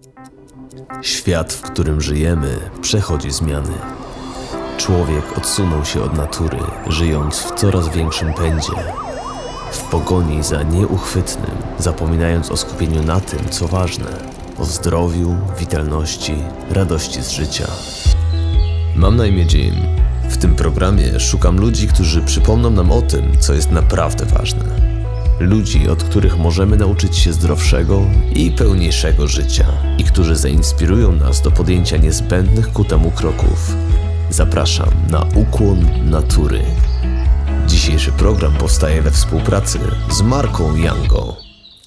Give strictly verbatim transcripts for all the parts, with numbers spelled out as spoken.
Świat, w którym żyjemy, przechodzi zmiany. Człowiek odsunął się od natury, żyjąc w coraz większym pędzie. W pogoni za nieuchwytnym, zapominając o skupieniu na tym, co ważne, o zdrowiu, witalności, radości z życia. Mam na imię Jim. W tym programie szukam ludzi, którzy przypomną nam o tym, co jest naprawdę ważne. Ludzi, od których możemy nauczyć się zdrowszego i pełniejszego życia i którzy zainspirują nas do podjęcia niezbędnych ku temu kroków. Zapraszam na Ukłon Natury. Dzisiejszy program powstaje we współpracy z marką Yango.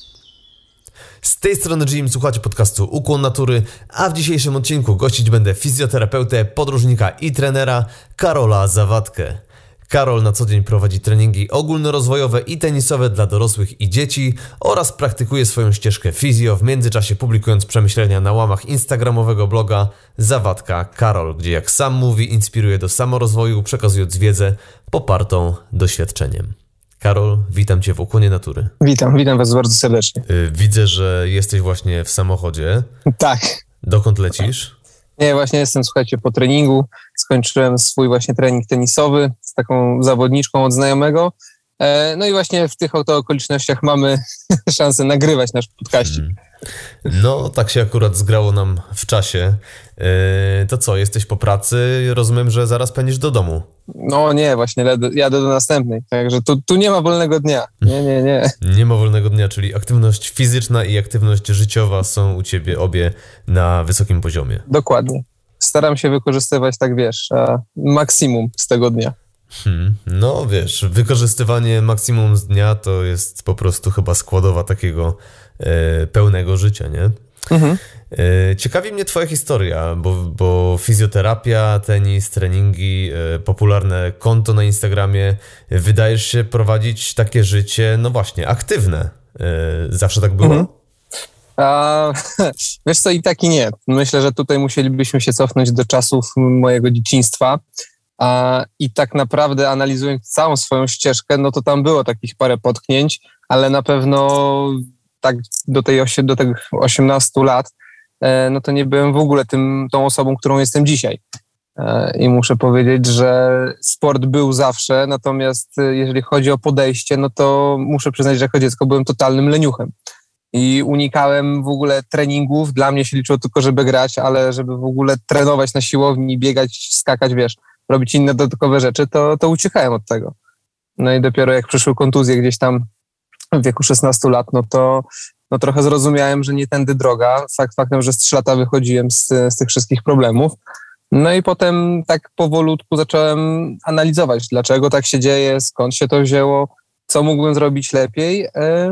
Z tej strony Jim, słuchacie podcastu Ukłon Natury, a w dzisiejszym odcinku gościć będę fizjoterapeutę, podróżnika i trenera Karola Zawatkę. Karol na co dzień prowadzi treningi ogólnorozwojowe i tenisowe dla dorosłych i dzieci oraz praktykuje swoją ścieżkę fizjo, w międzyczasie publikując przemyślenia na łamach instagramowego bloga Zawadka Karol, gdzie jak sam mówi, inspiruje do samorozwoju, przekazując wiedzę popartą doświadczeniem. Karol, witam Cię w Ukłonie Natury. Witam, witam Was bardzo serdecznie. Widzę, że jesteś właśnie w samochodzie. Tak. Dokąd lecisz? Nie, właśnie jestem, słuchajcie, po treningu. Skończyłem swój właśnie trening tenisowy z taką zawodniczką od znajomego. No i właśnie w tych oto okolicznościach mamy szansę nagrywać nasz podcaścik. No, tak się akurat zgrało nam w czasie. To co, jesteś po pracy? Rozumiem, że zaraz pędzisz do domu. No nie, właśnie jadę do następnej, także tu, tu nie ma wolnego dnia. Nie, nie, nie. Nie ma wolnego dnia, czyli aktywność fizyczna i aktywność życiowa są u Ciebie obie na wysokim poziomie. Dokładnie. Staram się wykorzystywać, tak wiesz, maksimum z tego dnia. Hmm, no wiesz, wykorzystywanie maksimum z dnia to jest po prostu chyba składowa takiego e, pełnego życia, nie? Mhm. E, ciekawi mnie Twoja historia, bo, bo fizjoterapia, tenis, treningi, e, popularne konto na Instagramie, wydajesz się prowadzić takie życie, no właśnie, aktywne. E, zawsze tak było? Mhm. A, wiesz co, i tak i nie. Myślę, że tutaj musielibyśmy się cofnąć do czasów mojego dzieciństwa. A, I tak naprawdę analizując całą swoją ścieżkę, no to tam było takich parę potknięć, ale na pewno tak do, tej osie, do tych osiemnastu lat, e, no to nie byłem w ogóle tym, tą osobą, którą jestem dzisiaj. E, I muszę powiedzieć, że sport był zawsze, natomiast jeżeli chodzi o podejście, no to muszę przyznać, że jako dziecko byłem totalnym leniuchem. I unikałem w ogóle treningów. Dla mnie się liczyło tylko, żeby grać, ale żeby w ogóle trenować na siłowni, biegać, skakać, wiesz, robić inne dodatkowe rzeczy, to, to uciekałem od tego. No i dopiero jak przyszły kontuzje gdzieś tam w wieku szesnastu lat, no to no trochę zrozumiałem, że nie tędy droga. Fakt faktem, że z trzy lata wychodziłem z, z tych wszystkich problemów. No i potem tak powolutku zacząłem analizować, dlaczego tak się dzieje, skąd się to wzięło, co mógłbym zrobić lepiej.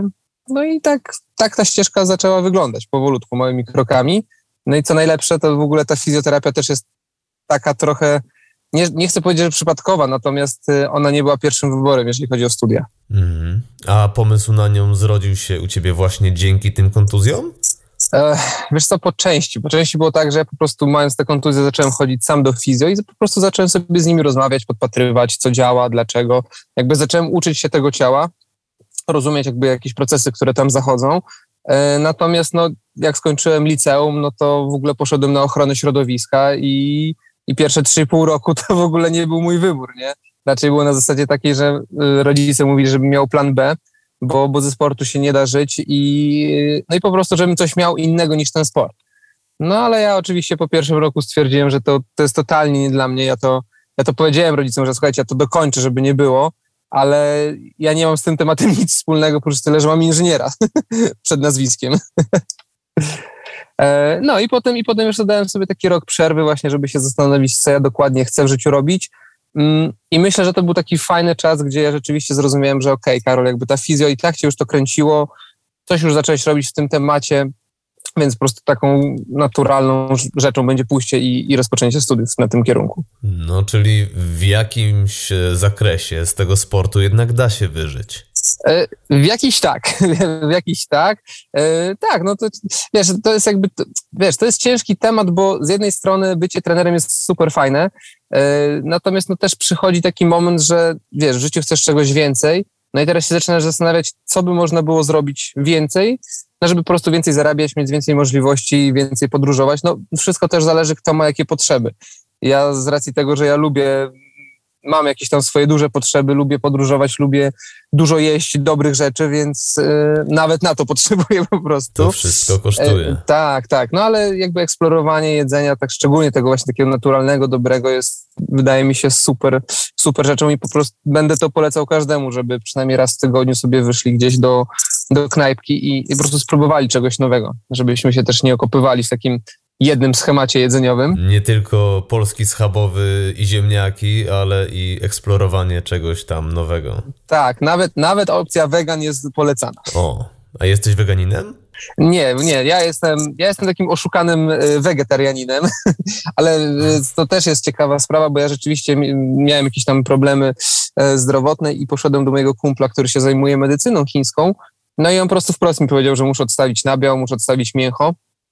No i tak, tak ta ścieżka zaczęła wyglądać powolutku, małymi krokami. No i co najlepsze, to w ogóle ta fizjoterapia też jest taka trochę, nie, nie chcę powiedzieć, że przypadkowa, natomiast ona nie była pierwszym wyborem, jeżeli chodzi o studia. Mm. A pomysł na nią zrodził się u Ciebie właśnie dzięki tym kontuzjom? E, wiesz co, po części. Po części było tak, że ja po prostu mając te kontuzje zacząłem chodzić sam do fizjo i po prostu zacząłem sobie z nimi rozmawiać, podpatrywać, co działa, dlaczego. Jakby zacząłem uczyć się tego ciała, rozumieć jakby jakieś procesy, które tam zachodzą. E, natomiast no, jak skończyłem liceum, no to w ogóle poszedłem na ochronę środowiska i I pierwsze trzy i pół roku to w ogóle nie był mój wybór, nie? Raczej było na zasadzie takiej, że rodzice mówili, żebym miał plan B, bo, bo ze sportu się nie da żyć i no i po prostu, żebym coś miał innego niż ten sport. No ale ja oczywiście po pierwszym roku stwierdziłem, że to, to jest totalnie nie dla mnie. Ja to, ja to powiedziałem rodzicom, że słuchajcie, ja to dokończę, żeby nie było, ale ja nie mam z tym tematem nic wspólnego, oprócz tyle, że mam inżyniera przed nazwiskiem. No i potem, i potem jeszcze dałem sobie taki rok przerwy właśnie, żeby się zastanowić, co ja dokładnie chcę w życiu robić. I myślę, że to był taki fajny czas, gdzie ja rzeczywiście zrozumiałem, że okej, okay, Karol, jakby ta fizjo i tak cię już to kręciło, coś już zacząłeś robić w tym temacie, więc po prostu taką naturalną rzeczą będzie pójście i, i rozpoczęcie studiów na tym kierunku. No, czyli w jakimś zakresie z tego sportu jednak da się wyżyć. W jakiś tak, w jakiś tak. Tak, no to wiesz, to jest jakby, wiesz, to jest ciężki temat, bo z jednej strony bycie trenerem jest super fajne, natomiast no też przychodzi taki moment, że wiesz, w życiu chcesz czegoś więcej, no i teraz się zaczynasz zastanawiać, co by można było zrobić więcej no żeby po prostu więcej zarabiać, mieć więcej możliwości, więcej podróżować. No wszystko też zależy, kto ma jakie potrzeby. Ja z racji tego, że ja lubię, mam jakieś tam swoje duże potrzeby, lubię podróżować, lubię dużo jeść dobrych rzeczy, więc yy, nawet na to potrzebuję po prostu. To wszystko kosztuje. E, tak, tak. No ale jakby eksplorowanie jedzenia, tak szczególnie tego właśnie takiego naturalnego, dobrego jest, wydaje mi się, super, super rzeczą i po prostu będę to polecał każdemu, żeby przynajmniej raz w tygodniu sobie wyszli gdzieś do, do knajpki i, i po prostu spróbowali czegoś nowego, żebyśmy się też nie okopywali w takim jednym schemacie jedzeniowym. Nie tylko polski schabowy i ziemniaki, ale i eksplorowanie czegoś tam nowego. Tak, nawet, nawet opcja wegan jest polecana. O, a jesteś weganinem? Nie, nie, ja jestem, ja jestem takim oszukanym wegetarianinem, ale to też jest ciekawa sprawa, bo ja rzeczywiście miałem jakieś tam problemy zdrowotne i poszedłem do mojego kumpla, który się zajmuje medycyną chińską, no i on po prostu wprost mi powiedział, że muszę odstawić nabiał, muszę odstawić mięcho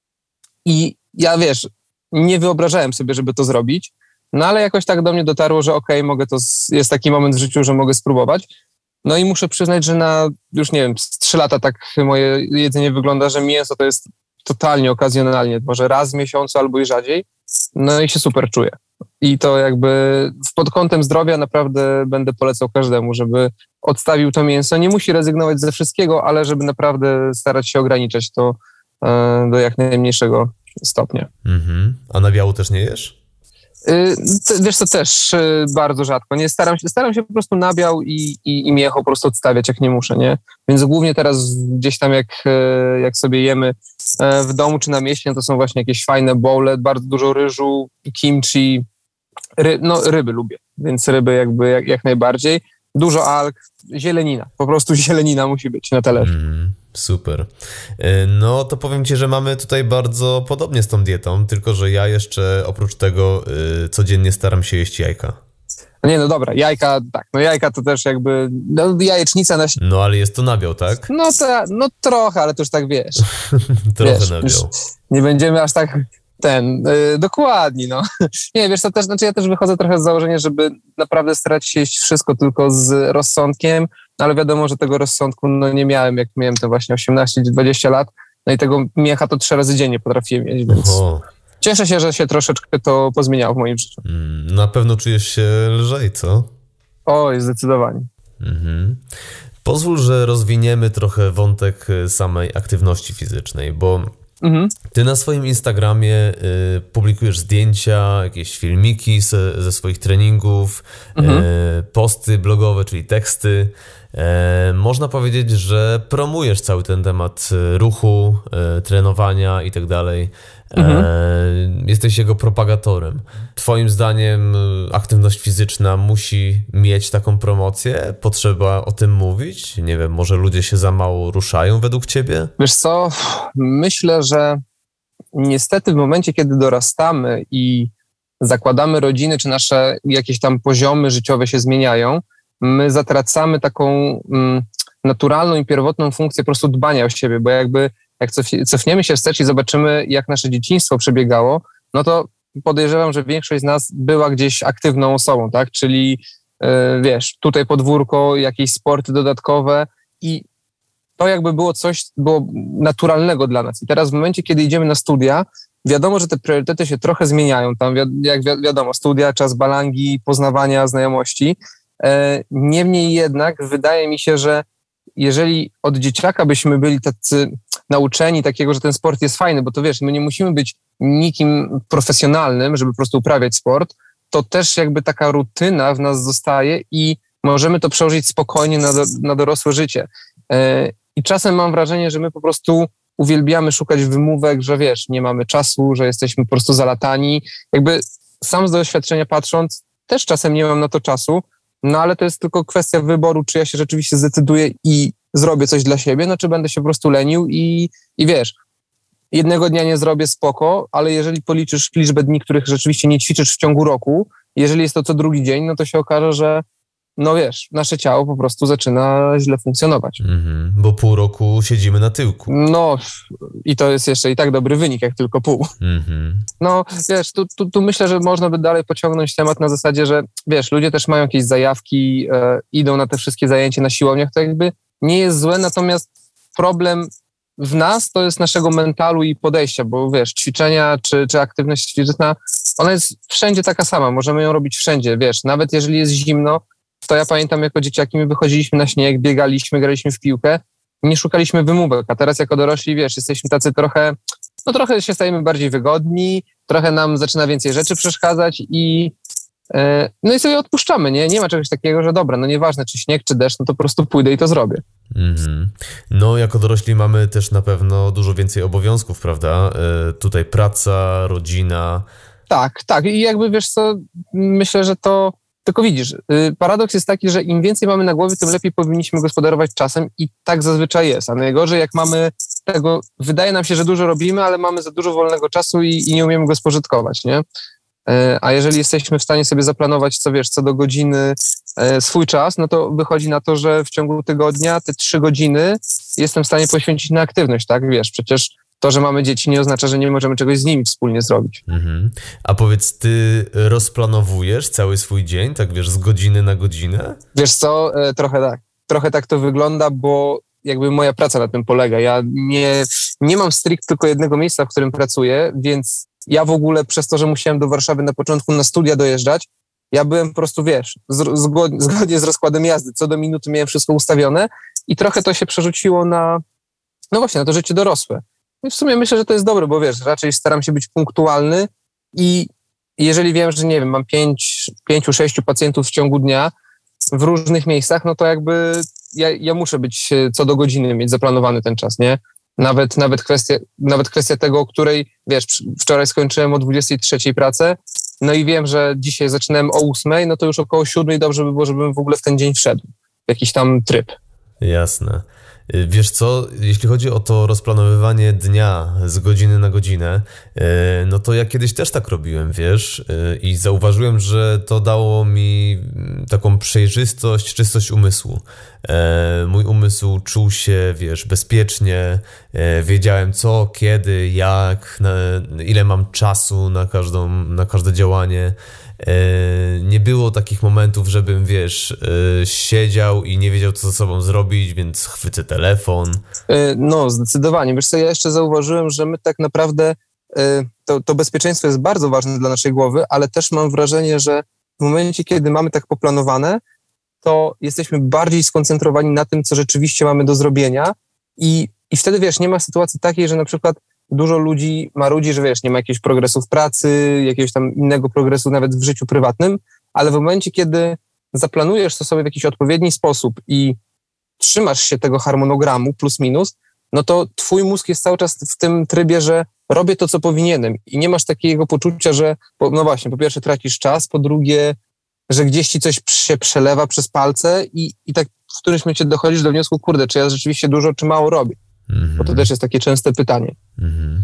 i ja, wiesz, nie wyobrażałem sobie, żeby to zrobić, no ale jakoś tak do mnie dotarło, że okej, okay, mogę to, jest taki moment w życiu, że mogę spróbować. No i muszę przyznać, że na już, nie wiem, z trzy lata tak moje jedzenie wygląda, że mięso to jest totalnie okazjonalnie, może raz w miesiącu albo i rzadziej, no i się super czuję. I to jakby pod kątem zdrowia naprawdę będę polecał każdemu, żeby odstawił to mięso. Nie musi rezygnować ze wszystkiego, ale żeby naprawdę starać się ograniczać to e, do jak najmniejszego stopnia. Mhm. A nabiału też nie jesz? Yy, to, wiesz co, też yy, bardzo rzadko. Nie, staram się, staram się po prostu nabiał i, i, i mięcho po prostu odstawiać, jak nie muszę, nie? Więc głównie teraz gdzieś tam jak, yy, jak sobie jemy yy, w domu czy na mieście, no to są właśnie jakieś fajne bowle, bardzo dużo ryżu, kimchi, ry, no ryby lubię, więc ryby jakby jak, jak najbardziej. Dużo alg, zielenina, po prostu zielenina musi być na talerzu. Mm, super. No to powiem ci, że mamy tutaj bardzo podobnie z tą dietą, tylko że ja jeszcze oprócz tego y, codziennie staram się jeść jajka. Nie, no dobra, jajka, tak, no jajka to też jakby, no jajecznica na... No ale jest to nabiał, tak? No to, no trochę, ale to już tak wiesz. Trochę wiesz, nabiał. Nie będziemy aż tak ten, yy, dokładnie, no. Nie, wiesz, to też, znaczy ja też wychodzę trochę z założenia, żeby naprawdę starać się jeść wszystko tylko z rozsądkiem, ale wiadomo, że tego rozsądku no nie miałem, jak miałem to właśnie osiemnaście czy dwadzieścia lat, no i tego mięcha to trzy razy dziennie potrafiłem mieć, więc Oho. Cieszę się, że się troszeczkę to pozmieniało w moim życiu. Mm, na pewno czujesz się lżej, co? Oj, zdecydowanie. Mhm. Pozwól, że rozwiniemy trochę wątek samej aktywności fizycznej, bo mhm. ty na swoim Instagramie y, publikujesz zdjęcia, jakieś filmiki ze, ze swoich treningów, mhm. y, posty blogowe, czyli teksty. E, można powiedzieć, że promujesz cały ten temat ruchu, e, trenowania i tak dalej. Mhm. Jesteś jego propagatorem. Twoim zdaniem aktywność fizyczna musi mieć taką promocję? Potrzeba o tym mówić? Nie wiem, może ludzie się za mało ruszają według ciebie? Wiesz co, myślę, że niestety w momencie, kiedy dorastamy i zakładamy rodziny, czy nasze jakieś tam poziomy życiowe się zmieniają, my zatracamy taką mm, naturalną i pierwotną funkcję po prostu dbania o siebie, bo jakby jak cofniemy się wstecz i zobaczymy, jak nasze dzieciństwo przebiegało, no to podejrzewam, że większość z nas była gdzieś aktywną osobą, tak? Czyli yy, wiesz, tutaj podwórko, jakieś sporty dodatkowe i to jakby było coś, było naturalnego dla nas. I teraz w momencie, kiedy idziemy na studia, wiadomo, że te priorytety się trochę zmieniają. Tam wi- jak wi- wiadomo, studia, czas balangi, poznawania, znajomości. Yy, niemniej jednak wydaje mi się, że jeżeli od dzieciaka byśmy byli tacy nauczeni takiego, że ten sport jest fajny, bo to wiesz, my nie musimy być nikim profesjonalnym, żeby po prostu uprawiać sport, to też jakby taka rutyna w nas zostaje i możemy to przełożyć spokojnie na, do, na dorosłe życie. Yy, I czasem mam wrażenie, że my po prostu uwielbiamy szukać wymówek, że wiesz, nie mamy czasu, że jesteśmy po prostu zalatani. Jakby sam z doświadczenia patrząc, też czasem nie mam na to czasu, no ale to jest tylko kwestia wyboru, czy ja się rzeczywiście zdecyduję i zrobię coś dla siebie, no czy będę się po prostu lenił i, i wiesz, jednego dnia nie zrobię, spoko, ale jeżeli policzysz liczbę dni, których rzeczywiście nie ćwiczysz w ciągu roku, jeżeli jest to co drugi dzień, no to się okaże, że no wiesz, nasze ciało po prostu zaczyna źle funkcjonować. Mhm, bo pół roku siedzimy na tyłku. No i to jest jeszcze i tak dobry wynik, jak tylko pół. Mhm. No wiesz, tu, tu, tu myślę, że można by dalej pociągnąć temat na zasadzie, że wiesz, ludzie też mają jakieś zajawki, e, idą na te wszystkie zajęcia na siłowniach, to jakby nie jest złe, natomiast problem w nas to jest naszego mentalu i podejścia, bo wiesz, ćwiczenia czy, czy aktywność fizyczna, ona jest wszędzie taka sama, możemy ją robić wszędzie, wiesz, nawet jeżeli jest zimno, to ja pamiętam jako dzieciaki my wychodziliśmy na śnieg, biegaliśmy, graliśmy w piłkę, nie szukaliśmy wymówek, a teraz jako dorośli, wiesz, jesteśmy tacy trochę, no trochę się stajemy bardziej wygodni, trochę nam zaczyna więcej rzeczy przeszkadzać i yy, no i sobie odpuszczamy, nie? Nie ma czegoś takiego, że dobra, no nieważne czy śnieg, czy deszcz, no to po prostu pójdę i to zrobię. Mm-hmm. No jako dorośli mamy też na pewno dużo więcej obowiązków, prawda? Yy, tutaj praca, rodzina. Tak, tak i jakby wiesz co, myślę, że to tylko widzisz, yy, paradoks jest taki, że im więcej mamy na głowie, tym lepiej powinniśmy gospodarować czasem i tak zazwyczaj jest, a najgorzej jak mamy tego, wydaje nam się, że dużo robimy, ale mamy za dużo wolnego czasu i, i nie umiemy go spożytkować, nie? Yy, a jeżeli jesteśmy w stanie sobie zaplanować, co wiesz, co do godziny yy, swój czas, no to wychodzi na to, że w ciągu tygodnia te trzy godziny jestem w stanie poświęcić na aktywność, tak? Wiesz, przecież to, że mamy dzieci, nie oznacza, że nie możemy czegoś z nimi wspólnie zrobić. Mhm. A powiedz, ty rozplanowujesz cały swój dzień, tak wiesz, z godziny na godzinę? Wiesz co, e, trochę tak. Trochę tak to wygląda, bo jakby moja praca na tym polega. Ja nie, nie mam stricte tylko jednego miejsca, w którym pracuję, więc ja w ogóle przez to, że musiałem do Warszawy na początku na studia dojeżdżać, ja byłem po prostu, wiesz, zgodnie, zgodnie z rozkładem jazdy. Co do minuty miałem wszystko ustawione i trochę to się przerzuciło na, no właśnie, na to życie dorosłe. I w sumie myślę, że to jest dobre, bo wiesz, raczej staram się być punktualny i jeżeli wiem, że nie wiem, mam pięć, pięciu, sześciu pacjentów w ciągu dnia w różnych miejscach, no to jakby ja, ja muszę być co do godziny, mieć zaplanowany ten czas, nie? Nawet, nawet, kwestia, nawet kwestia tego, o której, wiesz, wczoraj skończyłem o dwudziestej trzeciej pracę, no i wiem, że dzisiaj zaczynałem o ósmej, no to już około siódmej dobrze by było, żebym w ogóle w ten dzień wszedł, w jakiś tam tryb. Jasne. Wiesz co, jeśli chodzi o to rozplanowywanie dnia z godziny na godzinę, no to ja kiedyś też tak robiłem, wiesz, i zauważyłem, że to dało mi taką przejrzystość, czystość umysłu. Mój umysł czuł się, wiesz, bezpiecznie, wiedziałem co, kiedy, jak, na, ile mam czasu na każdą, na każde działanie. Nie było takich momentów, żebym, wiesz, siedział i nie wiedział, co ze sobą zrobić, więc chwycę telefon. No, zdecydowanie. Wiesz co, ja jeszcze zauważyłem, że my tak naprawdę, to, to bezpieczeństwo jest bardzo ważne dla naszej głowy, ale też mam wrażenie, że w momencie, kiedy mamy tak poplanowane, to jesteśmy bardziej skoncentrowani na tym, co rzeczywiście mamy do zrobienia i, i wtedy, wiesz, nie ma sytuacji takiej, że na przykład dużo ludzi marudzi, że wiesz, nie ma jakiegoś progresu w pracy, jakiegoś tam innego progresu nawet w życiu prywatnym, ale w momencie, kiedy zaplanujesz to sobie w jakiś odpowiedni sposób i trzymasz się tego harmonogramu plus minus, no to twój mózg jest cały czas w tym trybie, że robię to, co powinienem i nie masz takiego poczucia, że no właśnie, po pierwsze tracisz czas, po drugie, że gdzieś ci coś się przelewa przez palce i, i tak w którymś momencie dochodzisz do wniosku, kurde, czy ja rzeczywiście dużo, czy mało robię. Mm-hmm. Bo to też jest takie częste pytanie. Mm-hmm.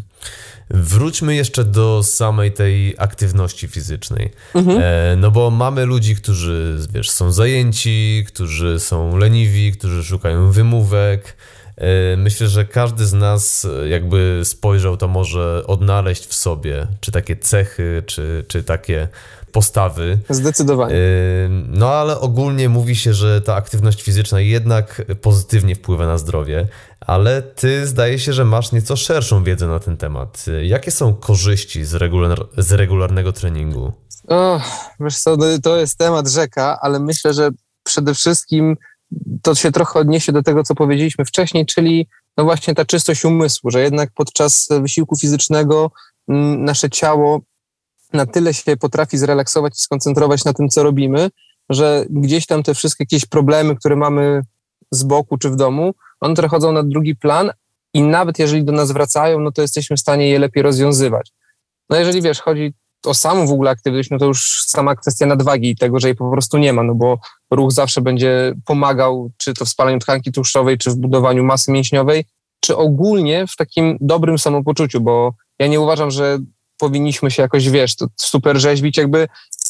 Wróćmy jeszcze do samej tej aktywności fizycznej. Mm-hmm. E, no bo mamy ludzi, którzy, wiesz, są zajęci, którzy są leniwi, którzy szukają wymówek. E, myślę, że każdy z nas jakby spojrzał, to może odnaleźć w sobie, czy takie cechy, czy, czy takie postawy. Zdecydowanie. No ale ogólnie mówi się, że ta aktywność fizyczna jednak pozytywnie wpływa na zdrowie, ale ty zdaje się, że masz nieco szerszą wiedzę na ten temat. Jakie są korzyści z, regular- z regularnego treningu? O, wiesz co, to jest temat rzeka, ale myślę, że przede wszystkim to się trochę odniesie do tego, co powiedzieliśmy wcześniej, czyli no właśnie ta czystość umysłu, że jednak podczas wysiłku fizycznego m, nasze ciało na tyle się potrafi zrelaksować i skoncentrować na tym, co robimy, że gdzieś tam te wszystkie jakieś problemy, które mamy z boku czy w domu, one przechodzą na drugi plan i nawet jeżeli do nas wracają, no to jesteśmy w stanie je lepiej rozwiązywać. No jeżeli wiesz, chodzi o samą w ogóle aktywność, no to już sama kwestia nadwagi i tego, że jej po prostu nie ma, no bo ruch zawsze będzie pomagał, czy to w spalaniu tkanki tłuszczowej, czy w budowaniu masy mięśniowej, czy ogólnie w takim dobrym samopoczuciu, bo ja nie uważam, że powinniśmy się jakoś, wiesz, to super rzeźbić, jakby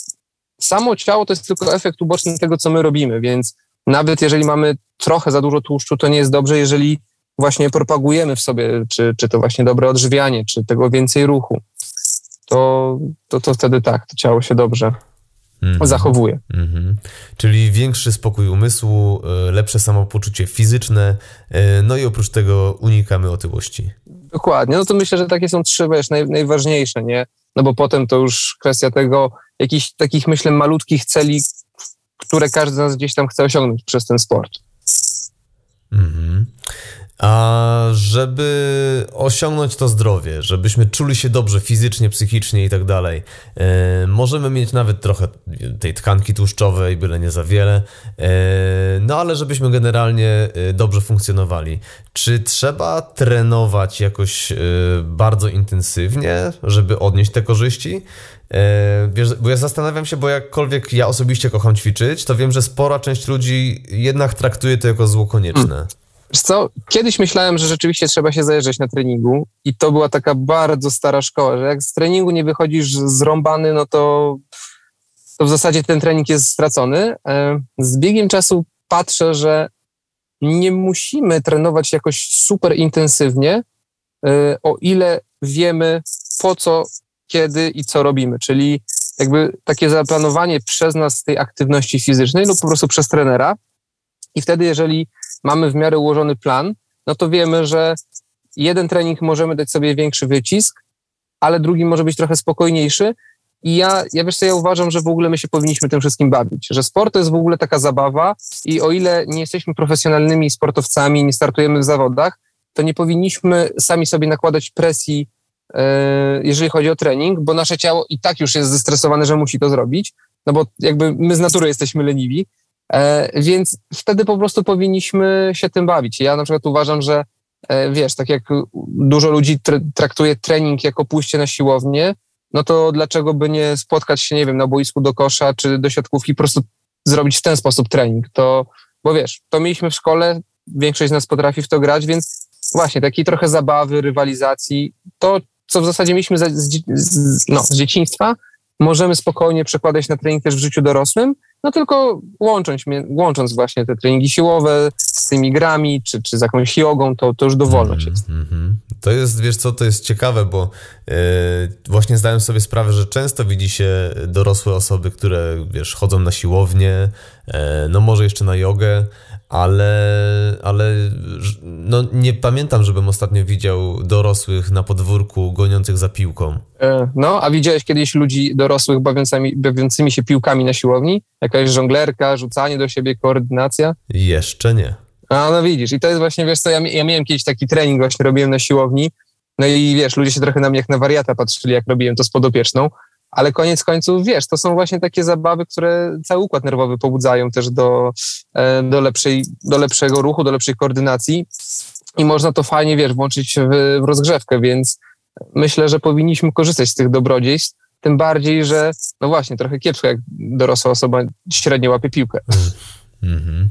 samo ciało to jest tylko efekt uboczny tego, co my robimy, więc nawet jeżeli mamy trochę za dużo tłuszczu, to nie jest dobrze, jeżeli właśnie propagujemy w sobie, czy, czy to właśnie dobre odżywianie, czy tego więcej ruchu, to, to, to wtedy tak, to ciało się dobrze mm-hmm. zachowuje. Mm-hmm. Czyli większy spokój umysłu, lepsze samopoczucie fizyczne, no i oprócz tego unikamy otyłości. Dokładnie, no to myślę, że takie są trzy, wiesz, naj, najważniejsze, nie? No bo potem to już kwestia tego, jakichś takich, myślę, malutkich celi, które każdy z nas gdzieś tam chce osiągnąć przez ten sport. Mhm. A żeby osiągnąć to zdrowie, żebyśmy czuli się dobrze fizycznie, psychicznie i tak dalej, e, możemy mieć nawet trochę tej tkanki tłuszczowej, byle nie za wiele, e, no ale żebyśmy generalnie dobrze funkcjonowali. Czy trzeba trenować jakoś e, bardzo intensywnie, żeby odnieść te korzyści? E, wiesz, bo ja zastanawiam się, bo jakkolwiek ja osobiście kocham ćwiczyć, to wiem, że spora część ludzi jednak traktuje to jako zło konieczne. Hmm. Wiesz co, kiedyś myślałem, że rzeczywiście trzeba się zajeżdżać na treningu i to była taka bardzo stara szkoła, że jak z treningu nie wychodzisz zrąbany, no to, to w zasadzie ten trening jest stracony. Z biegiem czasu patrzę, że nie musimy trenować jakoś super intensywnie, o ile wiemy po co, kiedy i co robimy, czyli jakby takie zaplanowanie przez nas tej aktywności fizycznej lub po prostu przez trenera i wtedy jeżeli mamy w miarę ułożony plan, no to wiemy, że jeden trening możemy dać sobie większy wycisk, ale drugi może być trochę spokojniejszy i ja, ja wiesz co, ja uważam, że w ogóle my się powinniśmy tym wszystkim bawić, że sport to jest w ogóle taka zabawa i o ile nie jesteśmy profesjonalnymi sportowcami, nie startujemy w zawodach, to nie powinniśmy sami sobie nakładać presji, yy, jeżeli chodzi o trening, bo nasze ciało i tak już jest zestresowane, że musi to zrobić, no bo jakby my z natury jesteśmy leniwi, E, więc wtedy po prostu powinniśmy się tym bawić. Ja na przykład uważam, że e, wiesz, tak jak dużo ludzi tr- traktuje trening jako pójście na siłownię, no to dlaczego by nie spotkać się, nie wiem, na boisku do kosza czy do siatkówki, po prostu zrobić w ten sposób trening. To, bo wiesz, to mieliśmy w szkole, większość z nas potrafi w to grać, więc właśnie takiej trochę zabawy, rywalizacji, to co w zasadzie mieliśmy z, z, z, no, z dzieciństwa, możemy spokojnie przekładać na trening też w życiu dorosłym, no tylko łącząc, łącząc właśnie te treningi siłowe z tymi grami, czy, czy z jakąś jogą, to, to już dowolność jest. Mm-hmm. To jest, wiesz co, to jest ciekawe, bo yy, właśnie zdałem sobie sprawę, że często widzi się dorosłe osoby, które, wiesz, chodzą na siłownię, yy, no może jeszcze na jogę, ale, ale no nie pamiętam, żebym ostatnio widział dorosłych na podwórku goniących za piłką. No, a widziałeś kiedyś ludzi dorosłych bawiącymi, bawiącymi się piłkami na siłowni? Jakaś żonglerka, rzucanie do siebie, koordynacja? Jeszcze nie. A no widzisz, i to jest właśnie, wiesz co, ja, ja miałem kiedyś taki trening, właśnie robiłem na siłowni, no i wiesz, ludzie się trochę na mnie jak na wariata patrzyli, jak robiłem to z podopieczną, ale koniec końców, wiesz, to są właśnie takie zabawy, które cały układ nerwowy pobudzają też do, do, lepszej, do lepszego ruchu, do lepszej koordynacji i można to fajnie, wiesz, włączyć w, w rozgrzewkę, więc myślę, że powinniśmy korzystać z tych dobrodziejstw, tym bardziej, że no właśnie, trochę kiepsko, jak dorosła osoba średnio łapie piłkę. Mm-hmm.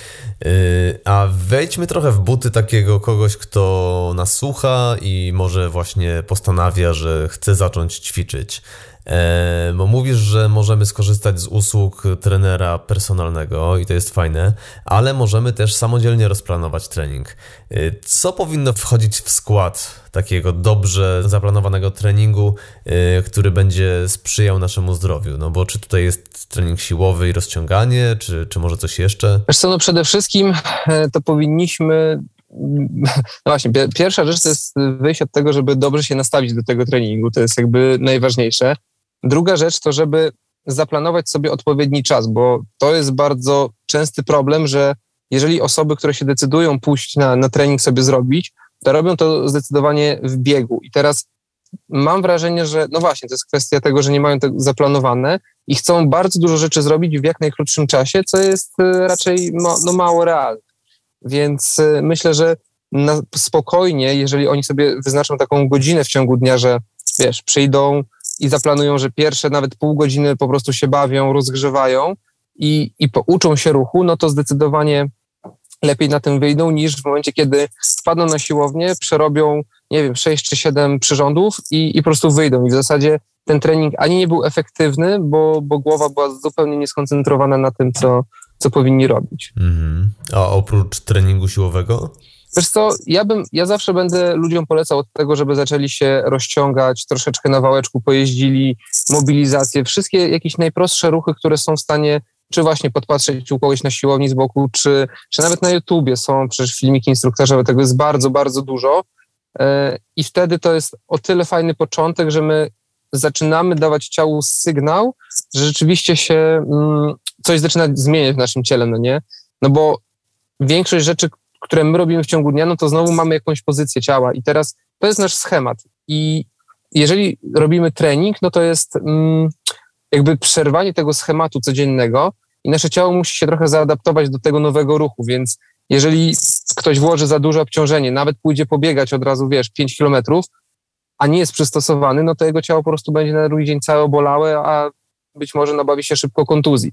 Yy, a wejdźmy trochę w buty takiego kogoś, kto nas słucha i może właśnie postanawia, że chce zacząć ćwiczyć. E, bo mówisz, że możemy skorzystać z usług trenera personalnego i to jest fajne, ale możemy też samodzielnie rozplanować trening. E, co powinno wchodzić w skład takiego dobrze zaplanowanego treningu, e, który będzie sprzyjał naszemu zdrowiu? No bo czy tutaj jest trening siłowy i rozciąganie, czy, czy może coś jeszcze? Wiesz co, no przede wszystkim to powinniśmy... No właśnie, pierwsza rzecz to jest wyjść od tego, żeby dobrze się nastawić do tego treningu, to jest jakby najważniejsze. Druga rzecz to, żeby zaplanować sobie odpowiedni czas, bo to jest bardzo częsty problem, że jeżeli osoby, które się decydują pójść na, na trening sobie zrobić, to robią to zdecydowanie w biegu. I teraz mam wrażenie, że no właśnie, to jest kwestia tego, że nie mają tego zaplanowane i chcą bardzo dużo rzeczy zrobić w jak najkrótszym czasie, co jest raczej no, no mało realne. Więc myślę, że na spokojnie, jeżeli oni sobie wyznaczą taką godzinę w ciągu dnia, że wiesz, przyjdą i zaplanują, że pierwsze nawet pół godziny po prostu się bawią, rozgrzewają i, i pouczą się ruchu, no to zdecydowanie lepiej na tym wyjdą niż w momencie, kiedy wpadną na siłownię, przerobią, nie wiem, sześć czy siedem przyrządów i, i po prostu wyjdą. I w zasadzie ten trening ani nie był efektywny, bo, bo głowa była zupełnie nieskoncentrowana na tym, co, co powinni robić. Mm-hmm. A oprócz treningu siłowego? Wiesz co, ja bym, ja zawsze będę ludziom polecał od tego, żeby zaczęli się rozciągać, troszeczkę na wałeczku pojeździli, mobilizację, wszystkie jakieś najprostsze ruchy, które są w stanie, czy właśnie podpatrzeć u kogoś na siłowni z boku, czy, czy nawet na YouTubie są przecież filmiki instruktażowe, tego jest bardzo, bardzo dużo yy, i wtedy to jest o tyle fajny początek, że my zaczynamy dawać ciału sygnał, że rzeczywiście się mm, coś zaczyna zmieniać w naszym ciele, no nie? No bo większość rzeczy, które my robimy w ciągu dnia, no to znowu mamy jakąś pozycję ciała i teraz to jest nasz schemat i jeżeli robimy trening, no to jest mm, jakby przerwanie tego schematu codziennego i nasze ciało musi się trochę zaadaptować do tego nowego ruchu, więc jeżeli ktoś włoży za duże obciążenie, nawet pójdzie pobiegać od razu, wiesz, pięć kilometrów, a nie jest przystosowany, no to jego ciało po prostu będzie na drugi dzień całe obolałe, a być może nabawi się szybko kontuzji.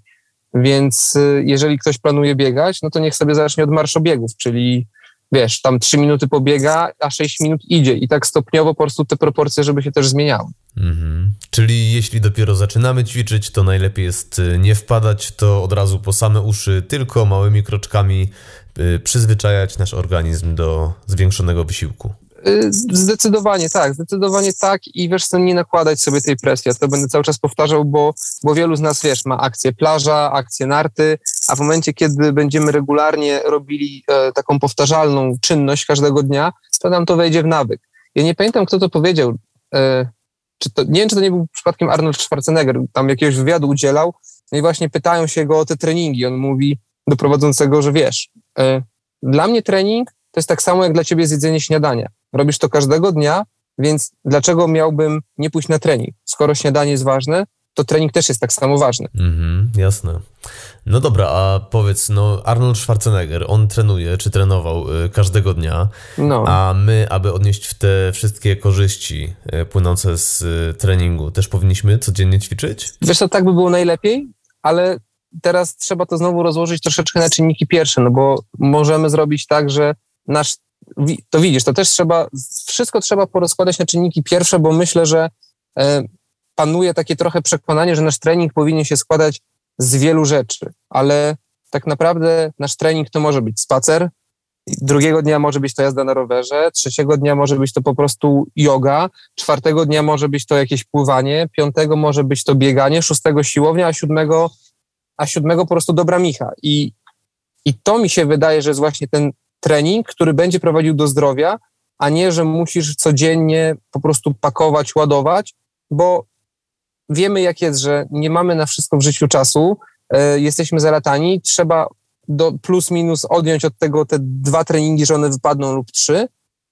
Więc jeżeli ktoś planuje biegać, no to niech sobie zacznie od marszobiegów, czyli wiesz, tam trzy minuty pobiega, a sześć minut idzie i tak stopniowo po prostu te proporcje, żeby się też zmieniały. Mhm. Czyli jeśli dopiero zaczynamy ćwiczyć, to najlepiej jest nie wpadać w to od razu po same uszy, tylko małymi kroczkami y, przyzwyczajać nasz organizm do zwiększonego wysiłku. Zdecydowanie tak, zdecydowanie tak i wiesz co, nie nakładać sobie tej presji, ja to będę cały czas powtarzał, bo, bo wielu z nas, wiesz, ma akcję plaża, akcję narty, a w momencie, kiedy będziemy regularnie robili e, taką powtarzalną czynność każdego dnia, to nam to wejdzie w nawyk. Ja nie pamiętam, kto to powiedział, e, czy to, nie wiem, czy to nie był przypadkiem Arnold Schwarzenegger, tam jakiegoś wywiadu udzielał, no i właśnie pytają się go o te treningi, on mówi do prowadzącego, że wiesz, e, dla mnie trening to jest tak samo jak dla ciebie zjedzenie śniadania. Robisz to każdego dnia, więc dlaczego miałbym nie pójść na trening? Skoro śniadanie jest ważne, to trening też jest tak samo ważny. Mhm, jasne. No dobra, a powiedz, no Arnold Schwarzenegger, on trenuje, czy trenował y, każdego dnia, no. A my, aby odnieść w te wszystkie korzyści y, płynące z y, treningu, też powinniśmy codziennie ćwiczyć? Wiesz co, tak by było najlepiej, ale teraz trzeba to znowu rozłożyć troszeczkę na czynniki pierwsze, no bo możemy zrobić tak, że nasz to widzisz, to też trzeba, wszystko trzeba porozkładać na czynniki pierwsze, bo myślę, że e, panuje takie trochę przekonanie, że nasz trening powinien się składać z wielu rzeczy, ale tak naprawdę nasz trening to może być spacer, drugiego dnia może być to jazda na rowerze, trzeciego dnia może być to po prostu yoga, czwartego dnia może być to jakieś pływanie, piątego może być to bieganie, szóstego siłownia, a siódmego, a siódmego po prostu dobra micha. I, i to mi się wydaje, że jest właśnie ten trening, który będzie prowadził do zdrowia, a nie, że musisz codziennie po prostu pakować, ładować, bo wiemy jak jest, że nie mamy na wszystko w życiu czasu, y, jesteśmy zalatani, trzeba do plus minus odjąć od tego te dwa treningi, że one wypadną lub trzy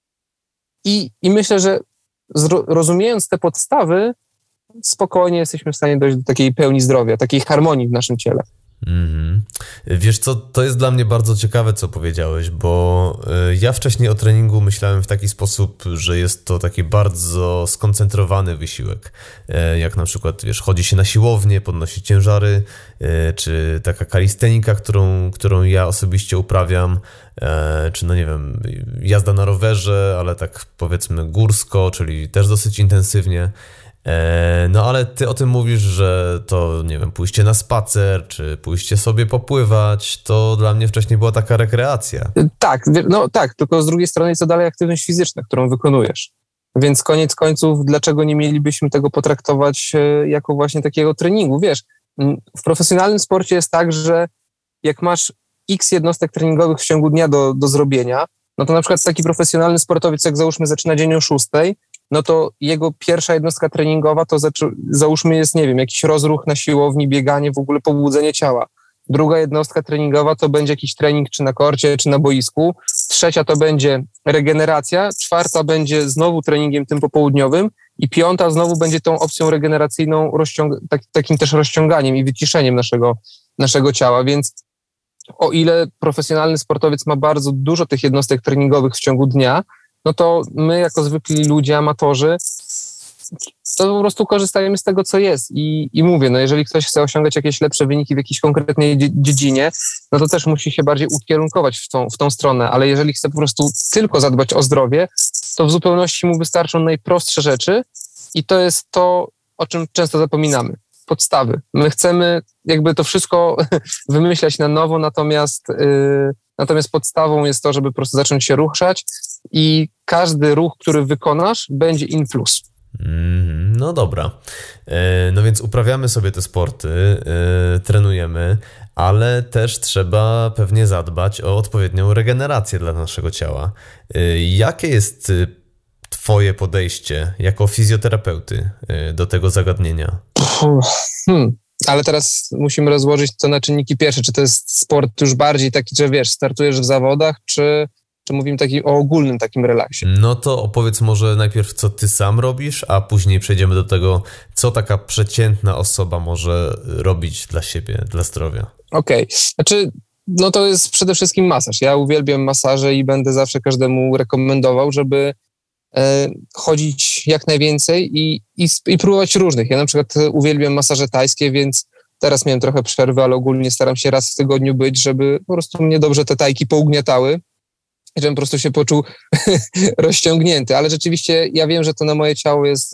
i, i myślę, że zro, rozumiejąc te podstawy, spokojnie jesteśmy w stanie dojść do takiej pełni zdrowia, takiej harmonii w naszym ciele. Mm-hmm. Wiesz co, to jest dla mnie bardzo ciekawe, co powiedziałeś, bo y, ja wcześniej o treningu myślałem w taki sposób, że jest to taki bardzo skoncentrowany wysiłek, y, jak na przykład, wiesz, chodzi się na siłownię, podnosi ciężary, y, czy taka kalistenika, którą, którą ja osobiście uprawiam, y, czy no nie wiem, jazda na rowerze, ale tak powiedzmy górsko, czyli też dosyć intensywnie. No ale ty o tym mówisz, że to, nie wiem, pójście na spacer, czy pójście sobie popływać, to dla mnie wcześniej była taka rekreacja. Tak, no tak, tylko z drugiej strony co dalej aktywność fizyczna, którą wykonujesz. Więc koniec końców, dlaczego nie mielibyśmy tego potraktować jako właśnie takiego treningu? Wiesz, w profesjonalnym sporcie jest tak, że jak masz x jednostek treningowych w ciągu dnia do, do zrobienia, no to na przykład taki profesjonalny sportowiec, jak załóżmy zaczyna dzień o szóstej, no to jego pierwsza jednostka treningowa to zaczą- załóżmy jest, nie wiem, jakiś rozruch na siłowni, bieganie, w ogóle pobudzenie ciała. Druga jednostka treningowa to będzie jakiś trening czy na korcie, czy na boisku. Trzecia to będzie regeneracja. Czwarta będzie znowu treningiem tym popołudniowym i piąta znowu będzie tą opcją regeneracyjną, rozciąg- tak, takim też rozciąganiem i wyciszeniem naszego, naszego ciała, więc o ile profesjonalny sportowiec ma bardzo dużo tych jednostek treningowych w ciągu dnia, no to my jako zwykli ludzie, amatorzy, to po prostu korzystajemy z tego, co jest. I, i mówię, no jeżeli ktoś chce osiągać jakieś lepsze wyniki w jakiejś konkretnej dziedzinie, no to też musi się bardziej ukierunkować w tą, w tą stronę, ale jeżeli chce po prostu tylko zadbać o zdrowie, to w zupełności mu wystarczą najprostsze rzeczy i to jest to, o czym często zapominamy. Podstawy. My chcemy jakby to wszystko wymyślać na nowo, natomiast, yy, natomiast podstawą jest to, żeby po prostu zacząć się ruszać i każdy ruch, który wykonasz, będzie in plus. Mm, no dobra. E, no więc uprawiamy sobie te sporty, e, trenujemy, ale też trzeba pewnie zadbać o odpowiednią regenerację dla naszego ciała. E, jakie jest twoje podejście jako fizjoterapeuty e, do tego zagadnienia? Hmm. Ale teraz musimy rozłożyć to na czynniki pierwsze. Czy to jest sport już bardziej taki, że wiesz, startujesz w zawodach, czy, czy mówimy taki o ogólnym takim relaksie? No to opowiedz może najpierw, co ty sam robisz, a później przejdziemy do tego, co taka przeciętna osoba może robić dla siebie, dla zdrowia. Okej, okay. Znaczy, no to jest przede wszystkim masaż. Ja uwielbiam masaże i będę zawsze każdemu rekomendował, żeby e, chodzić jak najwięcej i, i, i próbować różnych. Ja na przykład uwielbiam masaże tajskie, więc teraz miałem trochę przerwy, ale ogólnie staram się raz w tygodniu być, żeby po prostu mnie dobrze te tajki pougniatały, żebym po prostu się poczuł rozciągnięty. Ale rzeczywiście ja wiem, że to na moje ciało jest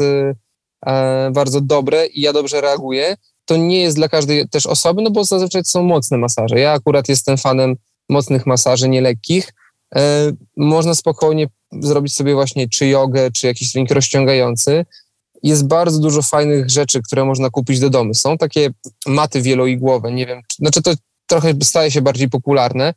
e, bardzo dobre i ja dobrze reaguję. To nie jest dla każdej też osoby, no bo zazwyczaj to są mocne masaże. Ja akurat jestem fanem mocnych masaży, nie lekkich. E, można spokojnie zrobić sobie właśnie czy jogę, czy jakiś trening rozciągający. Jest bardzo dużo fajnych rzeczy, które można kupić do domu. Są takie maty wieloigłowe, nie wiem, znaczy to trochę staje się bardziej popularne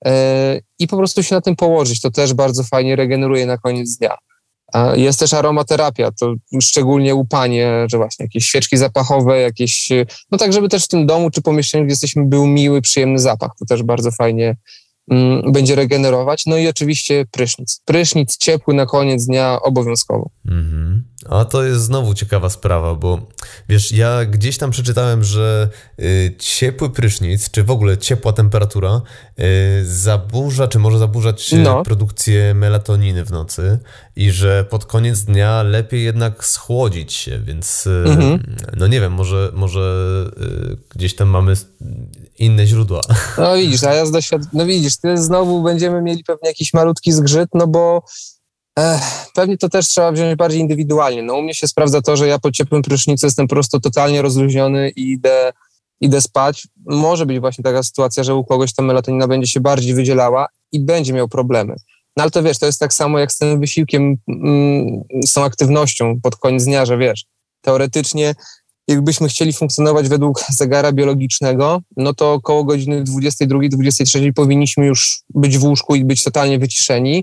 e, i po prostu się na tym położyć. To też bardzo fajnie regeneruje na koniec dnia. Jest też aromaterapia, to szczególnie łupanie, że właśnie jakieś świeczki zapachowe, jakieś, no tak, żeby też w tym domu czy pomieszczeniu, gdzie jesteśmy, był miły, przyjemny zapach. To też bardzo fajnie mm, będzie regenerować. No i oczywiście prysznic. Prysznic ciepły na koniec dnia obowiązkowo. Mhm. A to jest znowu ciekawa sprawa, bo wiesz, ja gdzieś tam przeczytałem, że y, ciepły prysznic, czy w ogóle ciepła temperatura y, zaburza, czy może zaburzać no. produkcję melatoniny w nocy i że pod koniec dnia lepiej jednak schłodzić się, więc y, mhm. no nie wiem, może, może y, gdzieś tam mamy inne źródła. No widzisz, a ja z doświadczenia, no widzisz, ty znowu będziemy mieli pewnie jakiś malutki zgrzyt, no bo Ech, pewnie to też trzeba wziąć bardziej indywidualnie. No u mnie się sprawdza to, że ja po ciepłym prysznicu jestem po prostu totalnie rozluźniony i idę, idę spać. Może być właśnie taka sytuacja, że u kogoś ta melatonina będzie się bardziej wydzielała i będzie miał problemy. No ale to wiesz, to jest tak samo jak z tym wysiłkiem, mm, z tą aktywnością pod koniec dnia, że wiesz, teoretycznie jakbyśmy chcieli funkcjonować według zegara biologicznego, no to około godziny dwudziestej drugiej, dwudziestej trzeciej powinniśmy już być w łóżku i być totalnie wyciszeni.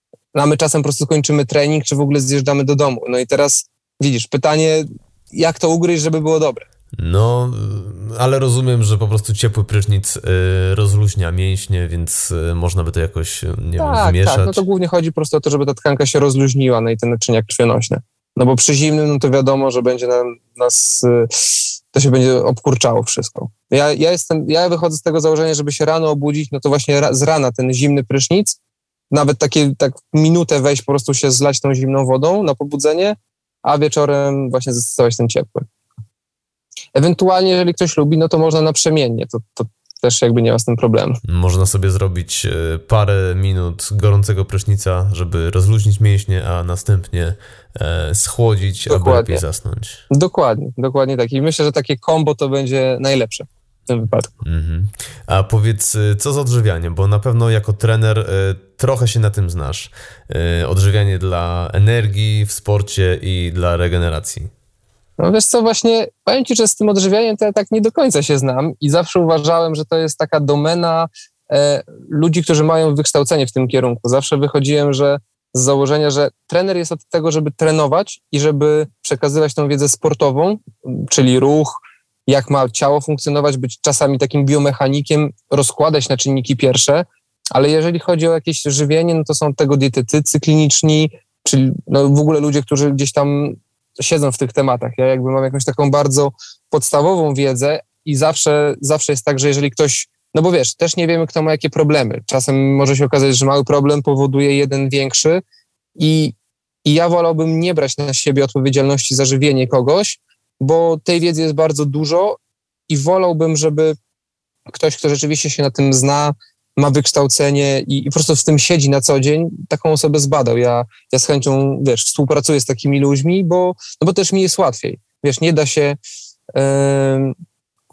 A my czasem po prostu kończymy trening, czy w ogóle zjeżdżamy do domu. No i teraz widzisz, pytanie, jak to ugryźć, żeby było dobre? No, ale rozumiem, że po prostu ciepły prysznic y, rozluźnia mięśnie, więc y, można by to jakoś, nie tak, wiem, wymieszać. Tak, no to głównie chodzi po prostu o to, żeby ta tkanka się rozluźniła, no i te naczynia krwionośne. No bo przy zimnym, no to wiadomo, że będzie nam, nas, y, to się będzie obkurczało wszystko. Ja, ja, jestem, ja wychodzę z tego założenia, żeby się rano obudzić, no to właśnie ra, z rana ten zimny prysznic, nawet takie, tak minutę wejść, po prostu się zlać tą zimną wodą na pobudzenie, a wieczorem właśnie zastosować ten ciepły. Ewentualnie, jeżeli ktoś lubi, no to można naprzemiennie, to, to też jakby nie ma z tym problemu. Można sobie zrobić parę minut gorącego prysznica, żeby rozluźnić mięśnie, a następnie e, schłodzić, dokładnie. Aby lepiej zasnąć. Dokładnie, dokładnie tak. I myślę, że takie kombo to będzie najlepsze w tym wypadku. Mhm. A powiedz, co z odżywianiem? Bo na pewno jako trener y, trochę się na tym znasz. Y, odżywianie dla energii w sporcie i dla regeneracji. No wiesz co, właśnie powiem Ci, że z tym odżywianiem to ja tak nie do końca się znam i zawsze uważałem, że to jest taka domena e, ludzi, którzy mają wykształcenie w tym kierunku. Zawsze wychodziłem, że z założenia, że trener jest od tego, żeby trenować i żeby przekazywać tą wiedzę sportową, czyli ruch, jak ma ciało funkcjonować, być czasami takim biomechanikiem, rozkładać na czynniki pierwsze, ale jeżeli chodzi o jakieś żywienie, no to są tego dietetycy kliniczni, czyli no w ogóle ludzie, którzy gdzieś tam siedzą w tych tematach. Ja jakby mam jakąś taką bardzo podstawową wiedzę i zawsze, zawsze jest tak, że jeżeli ktoś, no bo wiesz, też nie wiemy, kto ma jakie problemy. Czasem może się okazać, że mały problem powoduje jeden większy i, i ja wolałbym nie brać na siebie odpowiedzialności za żywienie kogoś, bo tej wiedzy jest bardzo dużo i wolałbym, żeby ktoś, kto rzeczywiście się na tym zna, ma wykształcenie i, i po prostu w tym siedzi na co dzień, taką osobę zbadał. Ja, ja z chęcią, wiesz, współpracuję z takimi ludźmi, bo, no bo też mi jest łatwiej. Wiesz, nie da się yy,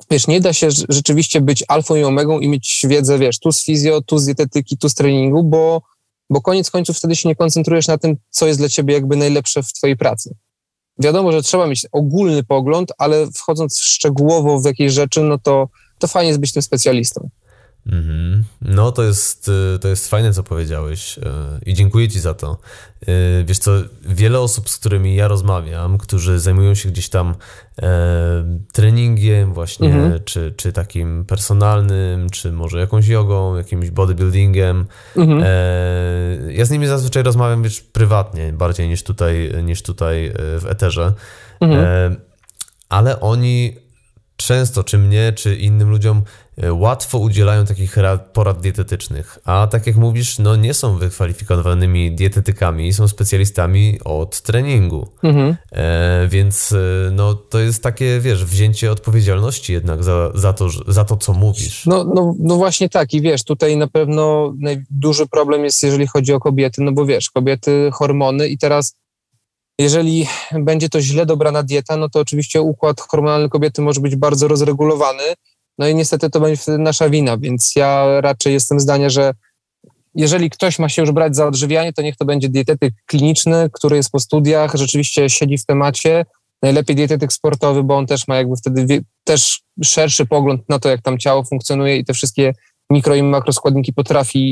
wiesz, nie da się rzeczywiście być alfą i omegą i mieć wiedzę, wiesz, tu z fizjo, tu z dietetyki, tu z treningu, bo, bo koniec końców wtedy się nie koncentrujesz na tym, co jest dla ciebie jakby najlepsze w twojej pracy. Wiadomo, że trzeba mieć ogólny pogląd, ale wchodząc szczegółowo w jakieś rzeczy, no to, to fajnie jest być tym specjalistą. Mm-hmm. No to jest, to jest fajne, co powiedziałeś i dziękuję ci za to. Wiesz co, wiele osób, z którymi ja rozmawiam, którzy zajmują się gdzieś tam e, treningiem właśnie, mm-hmm. czy, czy takim personalnym, czy może jakąś jogą, jakimś bodybuildingiem, mm-hmm. e, ja z nimi zazwyczaj rozmawiam, wiesz, prywatnie, bardziej niż tutaj, niż tutaj w eterze, mm-hmm. e, ale oni często, czy mnie, czy innym ludziom łatwo udzielają takich rad, porad dietetycznych, a tak jak mówisz, no nie są wykwalifikowanymi dietetykami, są specjalistami od treningu, mhm. e, więc no to jest takie, wiesz, wzięcie odpowiedzialności jednak za, za, to, za to, co mówisz. No, no, no właśnie tak i wiesz, tutaj na pewno duży problem jest, jeżeli chodzi o kobiety, no bo wiesz, kobiety, hormony i teraz jeżeli będzie to źle dobrana dieta, no to oczywiście układ hormonalny kobiety może być bardzo rozregulowany, no i niestety to będzie wtedy nasza wina, więc ja raczej jestem zdania, że jeżeli ktoś ma się już brać za odżywianie, to niech to będzie dietetyk kliniczny, który jest po studiach, rzeczywiście siedzi w temacie, najlepiej dietetyk sportowy, bo on też ma jakby wtedy wie, też szerszy pogląd na to, jak tam ciało funkcjonuje i te wszystkie mikro i makroskładniki potrafi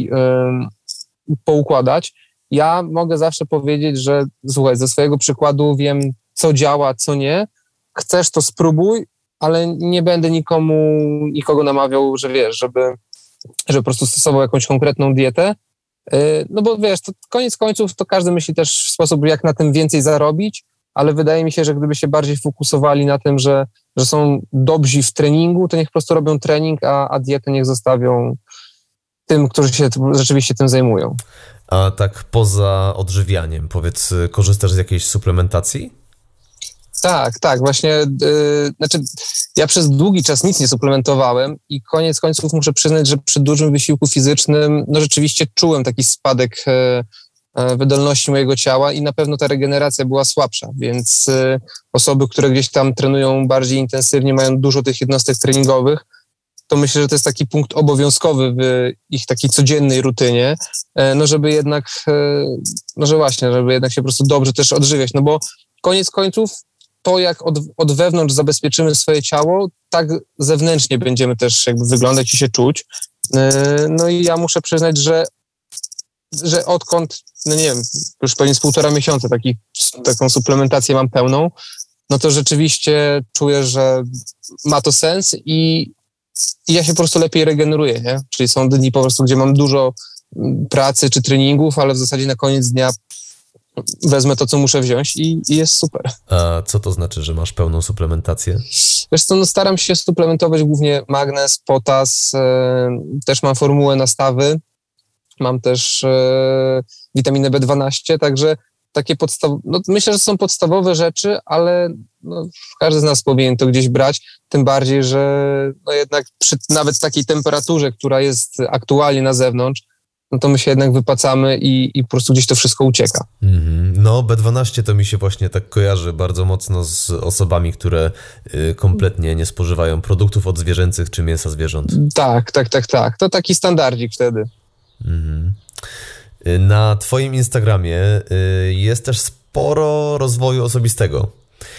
yy, poukładać. Ja mogę zawsze powiedzieć, że słuchaj, ze swojego przykładu wiem, co działa, co nie. Chcesz, to spróbuj, ale nie będę nikomu, nikogo namawiał, że wiesz, żeby, żeby po prostu stosował jakąś konkretną dietę. No bo wiesz, to koniec końców to każdy myśli też w sposób, jak na tym więcej zarobić, ale wydaje mi się, że gdyby się bardziej fokusowali na tym, że, że są dobrzy w treningu, to niech po prostu robią trening, a, a dietę niech zostawią tym, którzy się rzeczywiście tym zajmują. A tak poza odżywianiem, powiedz, korzystasz z jakiejś suplementacji? Tak, tak, właśnie, yy, znaczy ja przez długi czas nic nie suplementowałem i koniec końców muszę przyznać, że przy dużym wysiłku fizycznym, no rzeczywiście czułem taki spadek yy, wydolności mojego ciała i na pewno ta regeneracja była słabsza, więc yy, osoby, które gdzieś tam trenują bardziej intensywnie, mają dużo tych jednostek treningowych, to myślę, że to jest taki punkt obowiązkowy w ich takiej codziennej rutynie, no żeby jednak, no że właśnie, żeby jednak się po prostu dobrze też odżywiać, no bo koniec końców to, jak od, od wewnątrz zabezpieczymy swoje ciało, tak zewnętrznie będziemy też jakby wyglądać i się czuć. No i ja muszę przyznać, że, że odkąd, no nie wiem, już pewnie z półtora miesiąca taki, taką suplementację mam pełną, no to rzeczywiście czuję, że ma to sens i I ja się po prostu lepiej regeneruję, nie? Czyli są dni po prostu, gdzie mam dużo pracy czy treningów, ale w zasadzie na koniec dnia wezmę to, co muszę wziąć i, i jest super. A co to znaczy, że masz pełną suplementację? Wiesz co, no staram się suplementować głównie magnez, potas, e, też mam formułę nastawy, mam też e, witaminę B dwanaście, także takie podstawowe, no myślę, że są podstawowe rzeczy, ale no, każdy z nas powinien to gdzieś brać, tym bardziej, że no jednak przy nawet takiej temperaturze, która jest aktualnie na zewnątrz, no to my się jednak wypacamy i, i po prostu gdzieś to wszystko ucieka. Mm-hmm. No B dwanaście to mi się właśnie tak kojarzy bardzo mocno z osobami, które y, kompletnie nie spożywają produktów odzwierzęcych czy mięsa zwierząt. Tak, tak, tak, tak. To taki standardzik wtedy. Mm-hmm. Na twoim Instagramie jest też sporo rozwoju osobistego.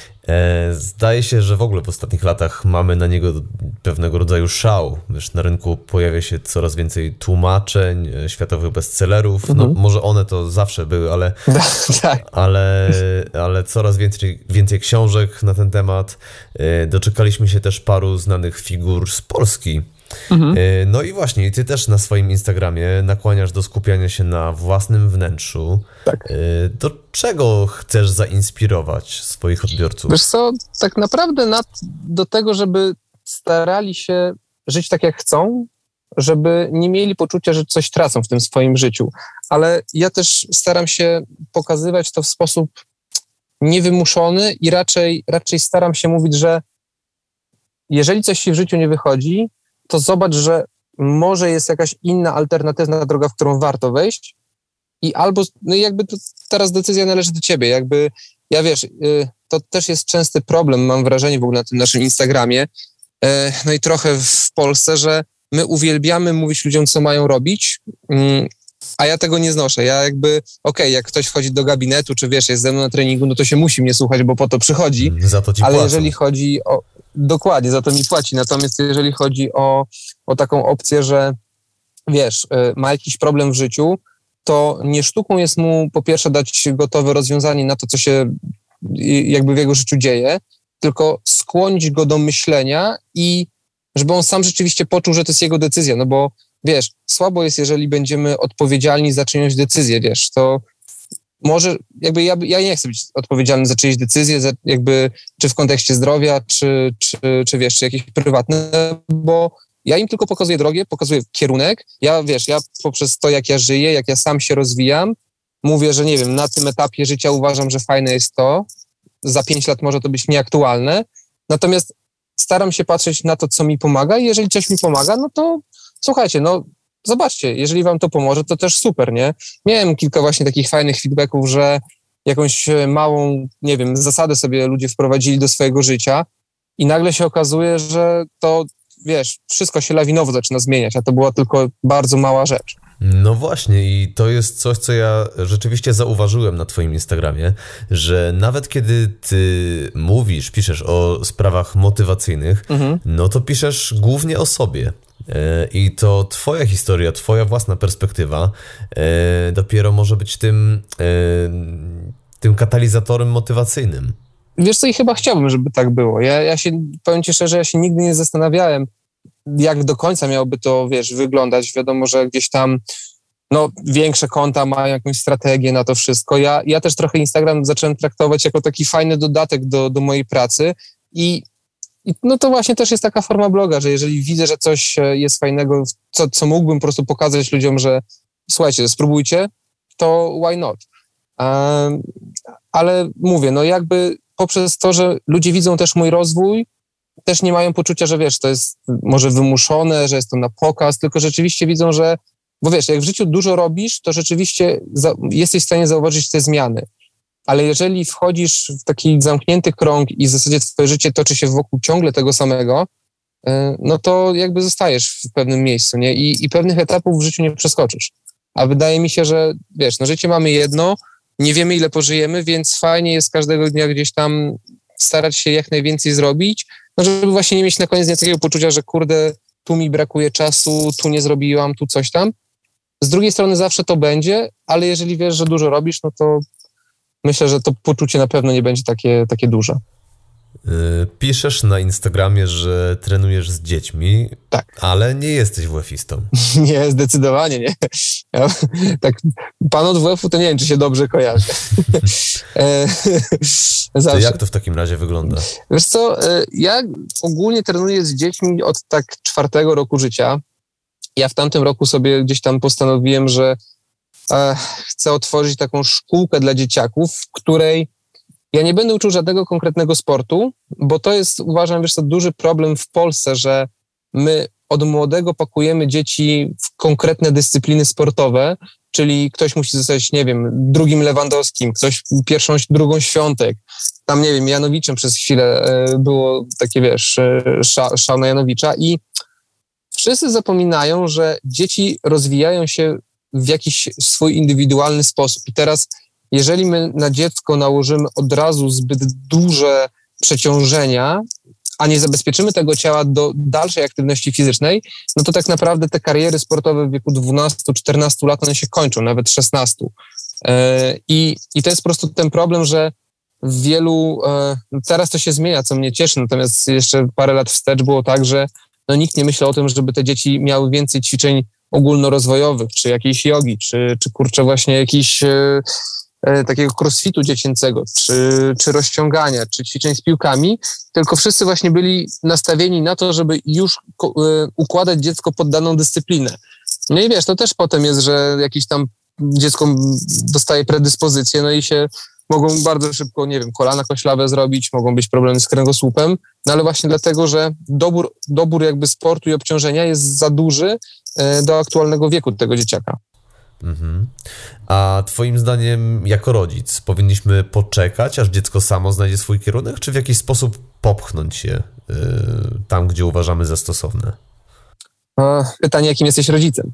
Zdaje się, że w ogóle w ostatnich latach mamy na niego pewnego rodzaju szał. Wiesz, na rynku pojawia się coraz więcej tłumaczeń, światowych bestsellerów. No, mhm. Może one to zawsze były, ale, ale, ale coraz więcej, więcej książek na ten temat. Doczekaliśmy się też paru znanych figur z Polski. Mhm. No i właśnie, ty też na swoim Instagramie nakłaniasz do skupiania się na własnym wnętrzu. Tak. Do czego chcesz zainspirować swoich odbiorców? Wiesz co, tak naprawdę nad, do tego, żeby starali się żyć tak, jak chcą, żeby nie mieli poczucia, że coś tracą w tym swoim życiu. Ale ja też staram się pokazywać to w sposób niewymuszony i raczej, raczej staram się mówić, że jeżeli coś ci w życiu nie wychodzi, to zobacz, że może jest jakaś inna, alternatywna droga, w którą warto wejść i albo, no i jakby to teraz decyzja należy do ciebie, jakby, ja wiesz, to też jest częsty problem, mam wrażenie w ogóle na tym naszym Instagramie, no i trochę w Polsce, że my uwielbiamy mówić ludziom, co mają robić, a ja tego nie znoszę. Ja jakby, okej, okay, jak ktoś wchodzi do gabinetu, czy wiesz, jest ze mną na treningu, no to się musi mnie słuchać, bo po to przychodzi. Za to ci ale płacą. Jeżeli chodzi o... Dokładnie, za to mi płaci. Natomiast jeżeli chodzi o, o taką opcję, że wiesz, ma jakiś problem w życiu, to nie sztuką jest mu po pierwsze dać gotowe rozwiązanie na to, co się jakby w jego życiu dzieje, tylko skłonić go do myślenia i żeby on sam rzeczywiście poczuł, że to jest jego decyzja, no bo wiesz, słabo jest, jeżeli będziemy odpowiedzialni za czyjąś decyzję, wiesz, to może jakby ja, ja nie chcę być odpowiedzialny za czyjeś decyzje, za jakby czy w kontekście zdrowia, czy, czy, czy wiesz, czy jakieś prywatne, bo ja im tylko pokazuję drogę, pokazuję kierunek. Ja, wiesz, ja poprzez to, jak ja żyję, jak ja sam się rozwijam, mówię, że nie wiem, na tym etapie życia uważam, że fajne jest to. Za pięć lat może to być nieaktualne. Natomiast staram się patrzeć na to, co mi pomaga i jeżeli coś mi pomaga, no to słuchajcie, no zobaczcie, jeżeli wam to pomoże, to też super, nie? Miałem kilka właśnie takich fajnych feedbacków, że jakąś małą, nie wiem, zasadę sobie ludzie wprowadzili do swojego życia i nagle się okazuje, że to wiesz, wszystko się lawinowo zaczyna zmieniać, a to była tylko bardzo mała rzecz. No właśnie i to jest coś, co ja rzeczywiście zauważyłem na twoim Instagramie, że nawet kiedy ty mówisz, piszesz o sprawach motywacyjnych, mhm. no to piszesz głównie o sobie. I to twoja historia, twoja własna perspektywa dopiero może być tym, tym katalizatorem motywacyjnym. Wiesz co, i chyba chciałbym, żeby tak było. Ja, ja się, powiem ci szczerze, ja się nigdy nie zastanawiałem, jak do końca miałoby to, wiesz, wyglądać. Wiadomo, że gdzieś tam, no, większe konta mają jakąś strategię na to wszystko. Ja, ja też trochę Instagram zacząłem traktować jako taki fajny dodatek do, do mojej pracy i, i no to właśnie też jest taka forma bloga, że jeżeli widzę, że coś jest fajnego, co, co mógłbym po prostu pokazać ludziom, że słuchajcie, spróbujcie, to why not? Um, ale mówię, no jakby poprzez to, że ludzie widzą też mój rozwój, też nie mają poczucia, że wiesz, to jest może wymuszone, że jest to na pokaz, tylko rzeczywiście widzą, że, bo wiesz, jak w życiu dużo robisz, to rzeczywiście za, jesteś w stanie zauważyć te zmiany. Ale jeżeli wchodzisz w taki zamknięty krąg i w zasadzie twoje życie toczy się wokół ciągle tego samego, no to jakby zostajesz w pewnym miejscu, nie? I, i pewnych etapów w życiu nie przeskoczysz. A wydaje mi się, że wiesz, no życie mamy jedno, nie wiemy, ile pożyjemy, więc fajnie jest każdego dnia gdzieś tam starać się jak najwięcej zrobić, no żeby właśnie nie mieć na koniec dnia takiego poczucia, że kurde, tu mi brakuje czasu, tu nie zrobiłam, tu coś tam. Z drugiej strony zawsze to będzie, ale jeżeli wiesz, że dużo robisz, no to myślę, że to poczucie na pewno nie będzie takie, takie duże. Piszesz na Instagramie, że trenujesz z dziećmi, tak. Ale nie jesteś W F-istą. Nie, zdecydowanie nie. Ja, tak, pan od W F-u to nie wiem, czy się dobrze kojarzy. To jak to w takim razie wygląda? Wiesz co, ja ogólnie trenuję z dziećmi od tak czwartego roku życia. Ja w tamtym roku sobie gdzieś tam postanowiłem, że e, chcę otworzyć taką szkółkę dla dzieciaków, w której ja nie będę uczył żadnego konkretnego sportu, bo to jest, uważam, wiesz, to duży problem w Polsce, że my od młodego pakujemy dzieci w konkretne dyscypliny sportowe, czyli ktoś musi zostać, nie wiem, drugim Lewandowskim, ktoś pierwszą, drugą Świątek. Tam, nie wiem, Janowiczem przez chwilę było takie, wiesz, szał na Janowicza i wszyscy zapominają, że dzieci rozwijają się w jakiś swój indywidualny sposób. I teraz, jeżeli my na dziecko nałożymy od razu zbyt duże przeciążenia, a nie zabezpieczymy tego ciała do dalszej aktywności fizycznej, no to tak naprawdę te kariery sportowe w wieku dwunastu czternastu lat, one się kończą, nawet szesnastu. I, i to jest po prostu ten problem, że w wielu, teraz to się zmienia, co mnie cieszy, natomiast jeszcze parę lat wstecz było tak, że no nikt nie myślał o tym, żeby te dzieci miały więcej ćwiczeń ogólnorozwojowych, czy jakiejś jogi, czy, czy kurczę właśnie jakiś e, e, takiego crossfitu dziecięcego, czy, czy rozciągania, czy ćwiczeń z piłkami, tylko wszyscy właśnie byli nastawieni na to, żeby już ko, e, układać dziecko pod daną dyscyplinę. No i wiesz, to też potem jest, że jakieś tam dziecko dostaje predyspozycje, no i się mogą bardzo szybko, nie wiem, kolana koślawe zrobić, mogą być problemy z kręgosłupem, no ale właśnie dlatego, że dobór, dobór jakby sportu i obciążenia jest za duży do aktualnego wieku tego dzieciaka. Mhm. A twoim zdaniem, jako rodzic, powinniśmy poczekać, aż dziecko samo znajdzie swój kierunek, czy w jakiś sposób popchnąć się yy, tam, gdzie uważamy za stosowne? Pytanie, jakim jesteś rodzicem?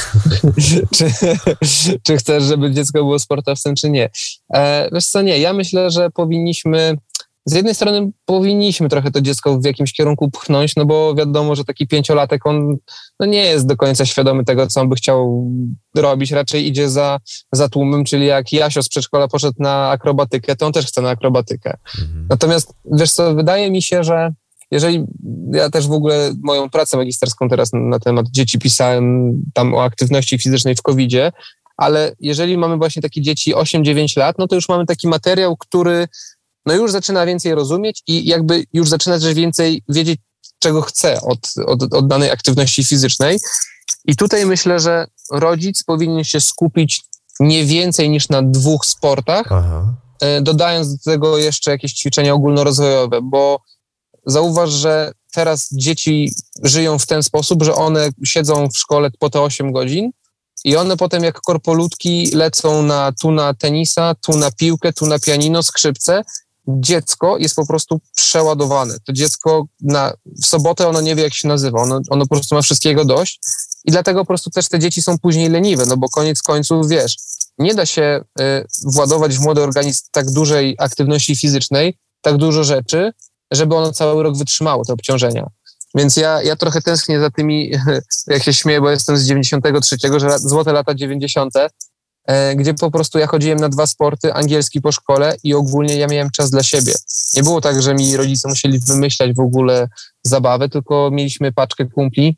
czy, czy chcesz, żeby dziecko było sportowcem, czy nie? E, wiesz co, nie. Ja myślę, że powinniśmy, z jednej strony powinniśmy trochę to dziecko w jakimś kierunku pchnąć, no bo wiadomo, że taki pięciolatek, on no nie jest do końca świadomy tego, co on by chciał robić. Raczej idzie za, za tłumem, czyli jak Jasio z przedszkola poszedł na akrobatykę, to on też chce na akrobatykę. Mhm. Natomiast, wiesz co, wydaje mi się, że jeżeli ja też w ogóle moją pracę magisterską teraz na temat dzieci pisałem tam o aktywności fizycznej w kowidzie, ale jeżeli mamy właśnie takie dzieci osiem dziewięć lat, no to już mamy taki materiał, który no już zaczyna więcej rozumieć i jakby już zaczyna też więcej wiedzieć, czego chce od, od, od danej aktywności fizycznej. I tutaj myślę, że rodzic powinien się skupić nie więcej niż na dwóch sportach, Aha. dodając do tego jeszcze jakieś ćwiczenia ogólnorozwojowe, bo zauważ, że teraz dzieci żyją w ten sposób, że one siedzą w szkole po te osiem godzin i one potem jak korpolutki lecą na, tu na tenisa, tu na piłkę, tu na pianino, skrzypce. Dziecko jest po prostu przeładowane. To dziecko na, w sobotę ono nie wie, jak się nazywa. Ono, ono po prostu ma wszystkiego dość i dlatego po prostu też te dzieci są później leniwe, no bo koniec końców, wiesz, nie da się y, władować w młody organizm tak dużej aktywności fizycznej, tak dużo rzeczy, żeby ono cały rok wytrzymało te obciążenia. Więc ja, ja trochę tęsknię za tymi, jak się śmieję, bo jestem z dziewięćdziesiątego trzeciego, że złote lata dziewięćdziesiąte, e, gdzie po prostu ja chodziłem na dwa sporty, angielski po szkole i ogólnie ja miałem czas dla siebie. Nie było tak, że mi rodzice musieli wymyślać w ogóle zabawę, tylko mieliśmy paczkę kumpli,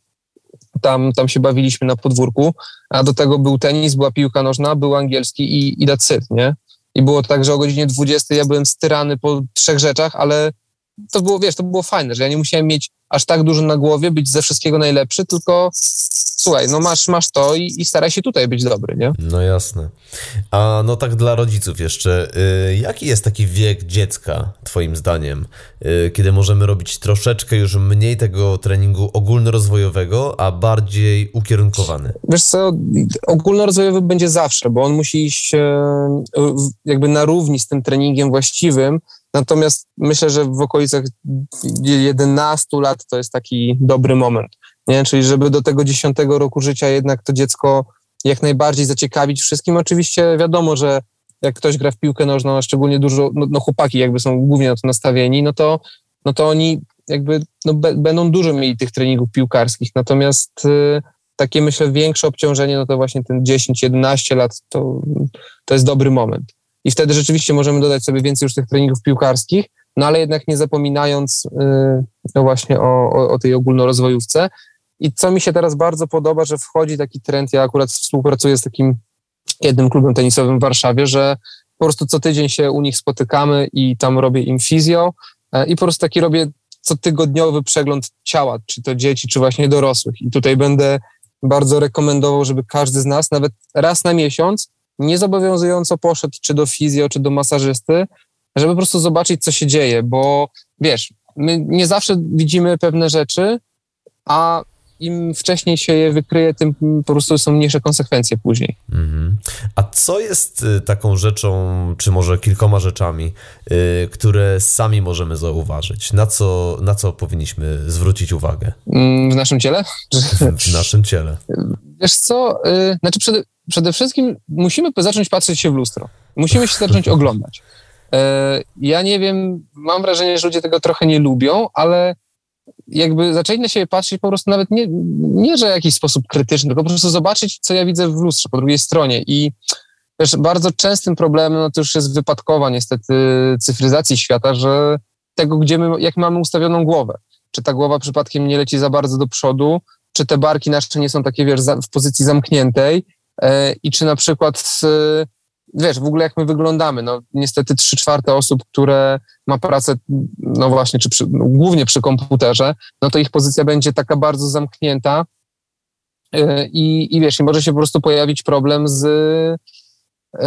tam, tam się bawiliśmy na podwórku, a do tego był tenis, była piłka nożna, był angielski i, i that's it, nie? I było tak, że o godzinie dwudziestej ja byłem styrany po trzech rzeczach, ale to było, wiesz, to było fajne, że ja nie musiałem mieć aż tak dużo na głowie, być ze wszystkiego najlepszy, tylko słuchaj, no masz, masz to i, i staraj się tutaj być dobry, nie? No jasne. A no tak dla rodziców jeszcze, yy, jaki jest taki wiek dziecka, twoim zdaniem, yy, kiedy możemy robić troszeczkę już mniej tego treningu ogólnorozwojowego, a bardziej ukierunkowany? Wiesz co, ogólnorozwojowy będzie zawsze, bo on musi iść yy, jakby na równi z tym treningiem właściwym. Natomiast myślę, że w okolicach jedenastu lat to jest taki dobry moment, nie? Czyli żeby do tego dziesiątego roku życia jednak to dziecko jak najbardziej zaciekawić wszystkim. Oczywiście wiadomo, że jak ktoś gra w piłkę nożną, a szczególnie dużo, no, no chłopaki jakby są głównie na to nastawieni, no to, no to oni jakby no, be, będą dużo mieli tych treningów piłkarskich. Natomiast y, takie myślę większe obciążenie, no to właśnie ten dziesięć jedenaście lat to, to jest dobry moment. I wtedy rzeczywiście możemy dodać sobie więcej już tych treningów piłkarskich, no ale jednak nie zapominając yy, no właśnie o, o, o tej ogólnorozwojówce. I co mi się teraz bardzo podoba, że wchodzi taki trend, ja akurat współpracuję z takim jednym klubem tenisowym w Warszawie, że po prostu co tydzień się u nich spotykamy i tam robię im fizjo yy, i po prostu taki robię cotygodniowy przegląd ciała, czy to dzieci, czy właśnie dorosłych. I tutaj będę bardzo rekomendował, żeby każdy z nas nawet raz na miesiąc niezobowiązująco poszedł czy do fizjo, czy do masażysty, żeby po prostu zobaczyć, co się dzieje, bo wiesz, my nie zawsze widzimy pewne rzeczy, a im wcześniej się je wykryje, tym po prostu są mniejsze konsekwencje później. Mhm. A co jest taką rzeczą, czy może kilkoma rzeczami, yy, które sami możemy zauważyć? Na co, na co powinniśmy zwrócić uwagę? W naszym ciele? W naszym ciele. Wiesz co, yy, znaczy przede, przede wszystkim musimy zacząć patrzeć się w lustro. Musimy się zacząć oglądać. Yy, ja nie wiem, mam wrażenie, że ludzie tego trochę nie lubią, ale jakby zaczęli na siebie patrzeć po prostu nawet nie, nie, że w jakiś sposób krytyczny, tylko po prostu zobaczyć, co ja widzę w lustrze po drugiej stronie. I też bardzo częstym problemem, no to już jest wypadkowa niestety cyfryzacji świata, że tego, gdzie my, jak mamy ustawioną głowę. Czy ta głowa przypadkiem nie leci za bardzo do przodu, czy te barki nasze nie są takie, wiesz, za, w pozycji zamkniętej yy, i czy na przykład yy, wiesz, w ogóle jak my wyglądamy, no niestety trzy czwarte osób, które ma pracę, no właśnie, czy przy, no, głównie przy komputerze, no to ich pozycja będzie taka bardzo zamknięta yy, i, i wiesz, i może się po prostu pojawić problem z, yy,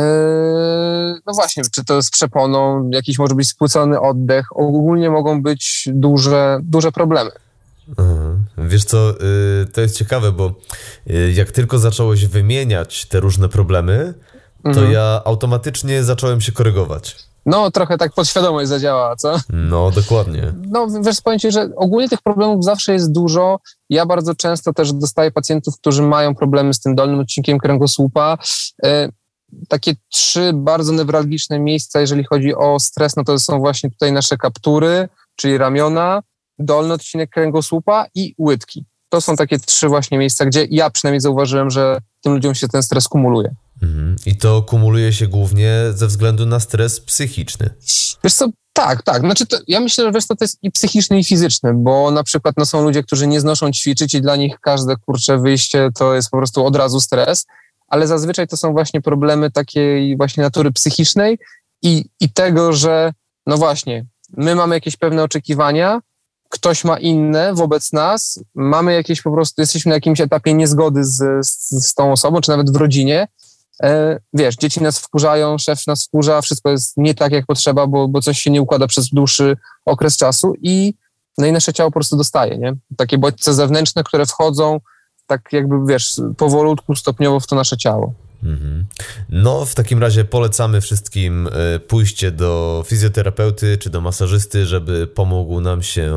no właśnie, czy to z przeponą, jakiś może być spłycony oddech, ogólnie mogą być duże, duże problemy. Mhm. Wiesz co, y, to jest ciekawe, bo y, jak tylko zacząłeś wymieniać te różne problemy, to mhm. ja automatycznie zacząłem się korygować. No, trochę tak podświadomość zadziałała, co? No, dokładnie. No, wiesz, powiem ci, że ogólnie tych problemów zawsze jest dużo. Ja bardzo często też dostaję pacjentów, którzy mają problemy z tym dolnym odcinkiem kręgosłupa. E, takie trzy bardzo newralgiczne miejsca, jeżeli chodzi o stres, no to są właśnie tutaj nasze kaptury, czyli ramiona, dolny odcinek kręgosłupa i łydki. To są takie trzy właśnie miejsca, gdzie ja przynajmniej zauważyłem, że tym ludziom się ten stres kumuluje. Mhm. I to kumuluje się głównie ze względu na stres psychiczny. Wiesz co, tak, tak. Znaczy to, ja myślę, że wiesz co, to jest i psychiczny, i fizyczny, bo na przykład no, są ludzie, którzy nie znoszą ćwiczyć i dla nich każde, kurcze, wyjście to jest po prostu od razu stres, ale zazwyczaj to są właśnie problemy takiej właśnie natury psychicznej i, i tego, że no właśnie, my mamy jakieś pewne oczekiwania, ktoś ma inne wobec nas, mamy jakieś po prostu, jesteśmy na jakimś etapie niezgody z, z, z tą osobą, czy nawet w rodzinie. E, wiesz, dzieci nas wkurzają, szef nas wkurza, wszystko jest nie tak, jak potrzeba, bo, bo coś się nie układa przez dłuższy okres czasu i, no i nasze ciało po prostu dostaje, nie? Takie bodźce zewnętrzne, które wchodzą tak jakby, wiesz, powolutku, stopniowo w to nasze ciało. Mhm. No, w takim razie polecamy wszystkim pójście do fizjoterapeuty czy do masażysty, żeby pomógł nam się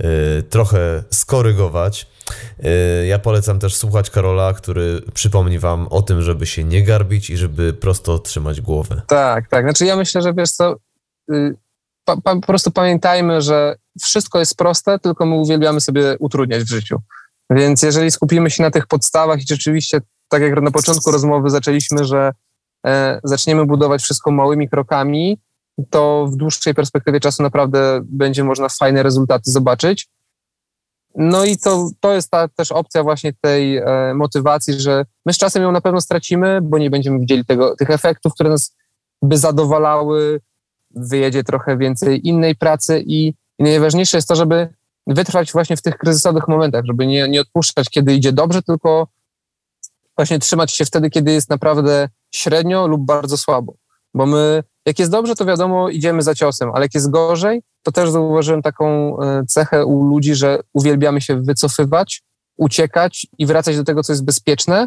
trochę skorygować. Ja polecam też słuchać Karola, który przypomni wam o tym, żeby się nie garbić i żeby prosto trzymać głowę. Tak, tak. Znaczy ja myślę, że wiesz co, pa, pa, po prostu pamiętajmy, że wszystko jest proste, tylko my uwielbiamy sobie utrudniać w życiu. Więc jeżeli skupimy się na tych podstawach i rzeczywiście, tak jak na początku rozmowy zaczęliśmy, że e, zaczniemy budować wszystko małymi krokami, to w dłuższej perspektywie czasu naprawdę będzie można fajne rezultaty zobaczyć. No i to, to jest ta też opcja właśnie tej e, motywacji, że my z czasem ją na pewno stracimy, bo nie będziemy widzieli tego, tych efektów, które nas by zadowalały, wyjedzie trochę więcej innej pracy i, i najważniejsze jest to, żeby wytrwać właśnie w tych kryzysowych momentach, żeby nie, nie odpuszczać, kiedy idzie dobrze, tylko właśnie trzymać się wtedy, kiedy jest naprawdę średnio lub bardzo słabo. Bo my, jak jest dobrze, to wiadomo, idziemy za ciosem, ale jak jest gorzej, to też zauważyłem taką cechę u ludzi, że uwielbiamy się wycofywać, uciekać i wracać do tego, co jest bezpieczne,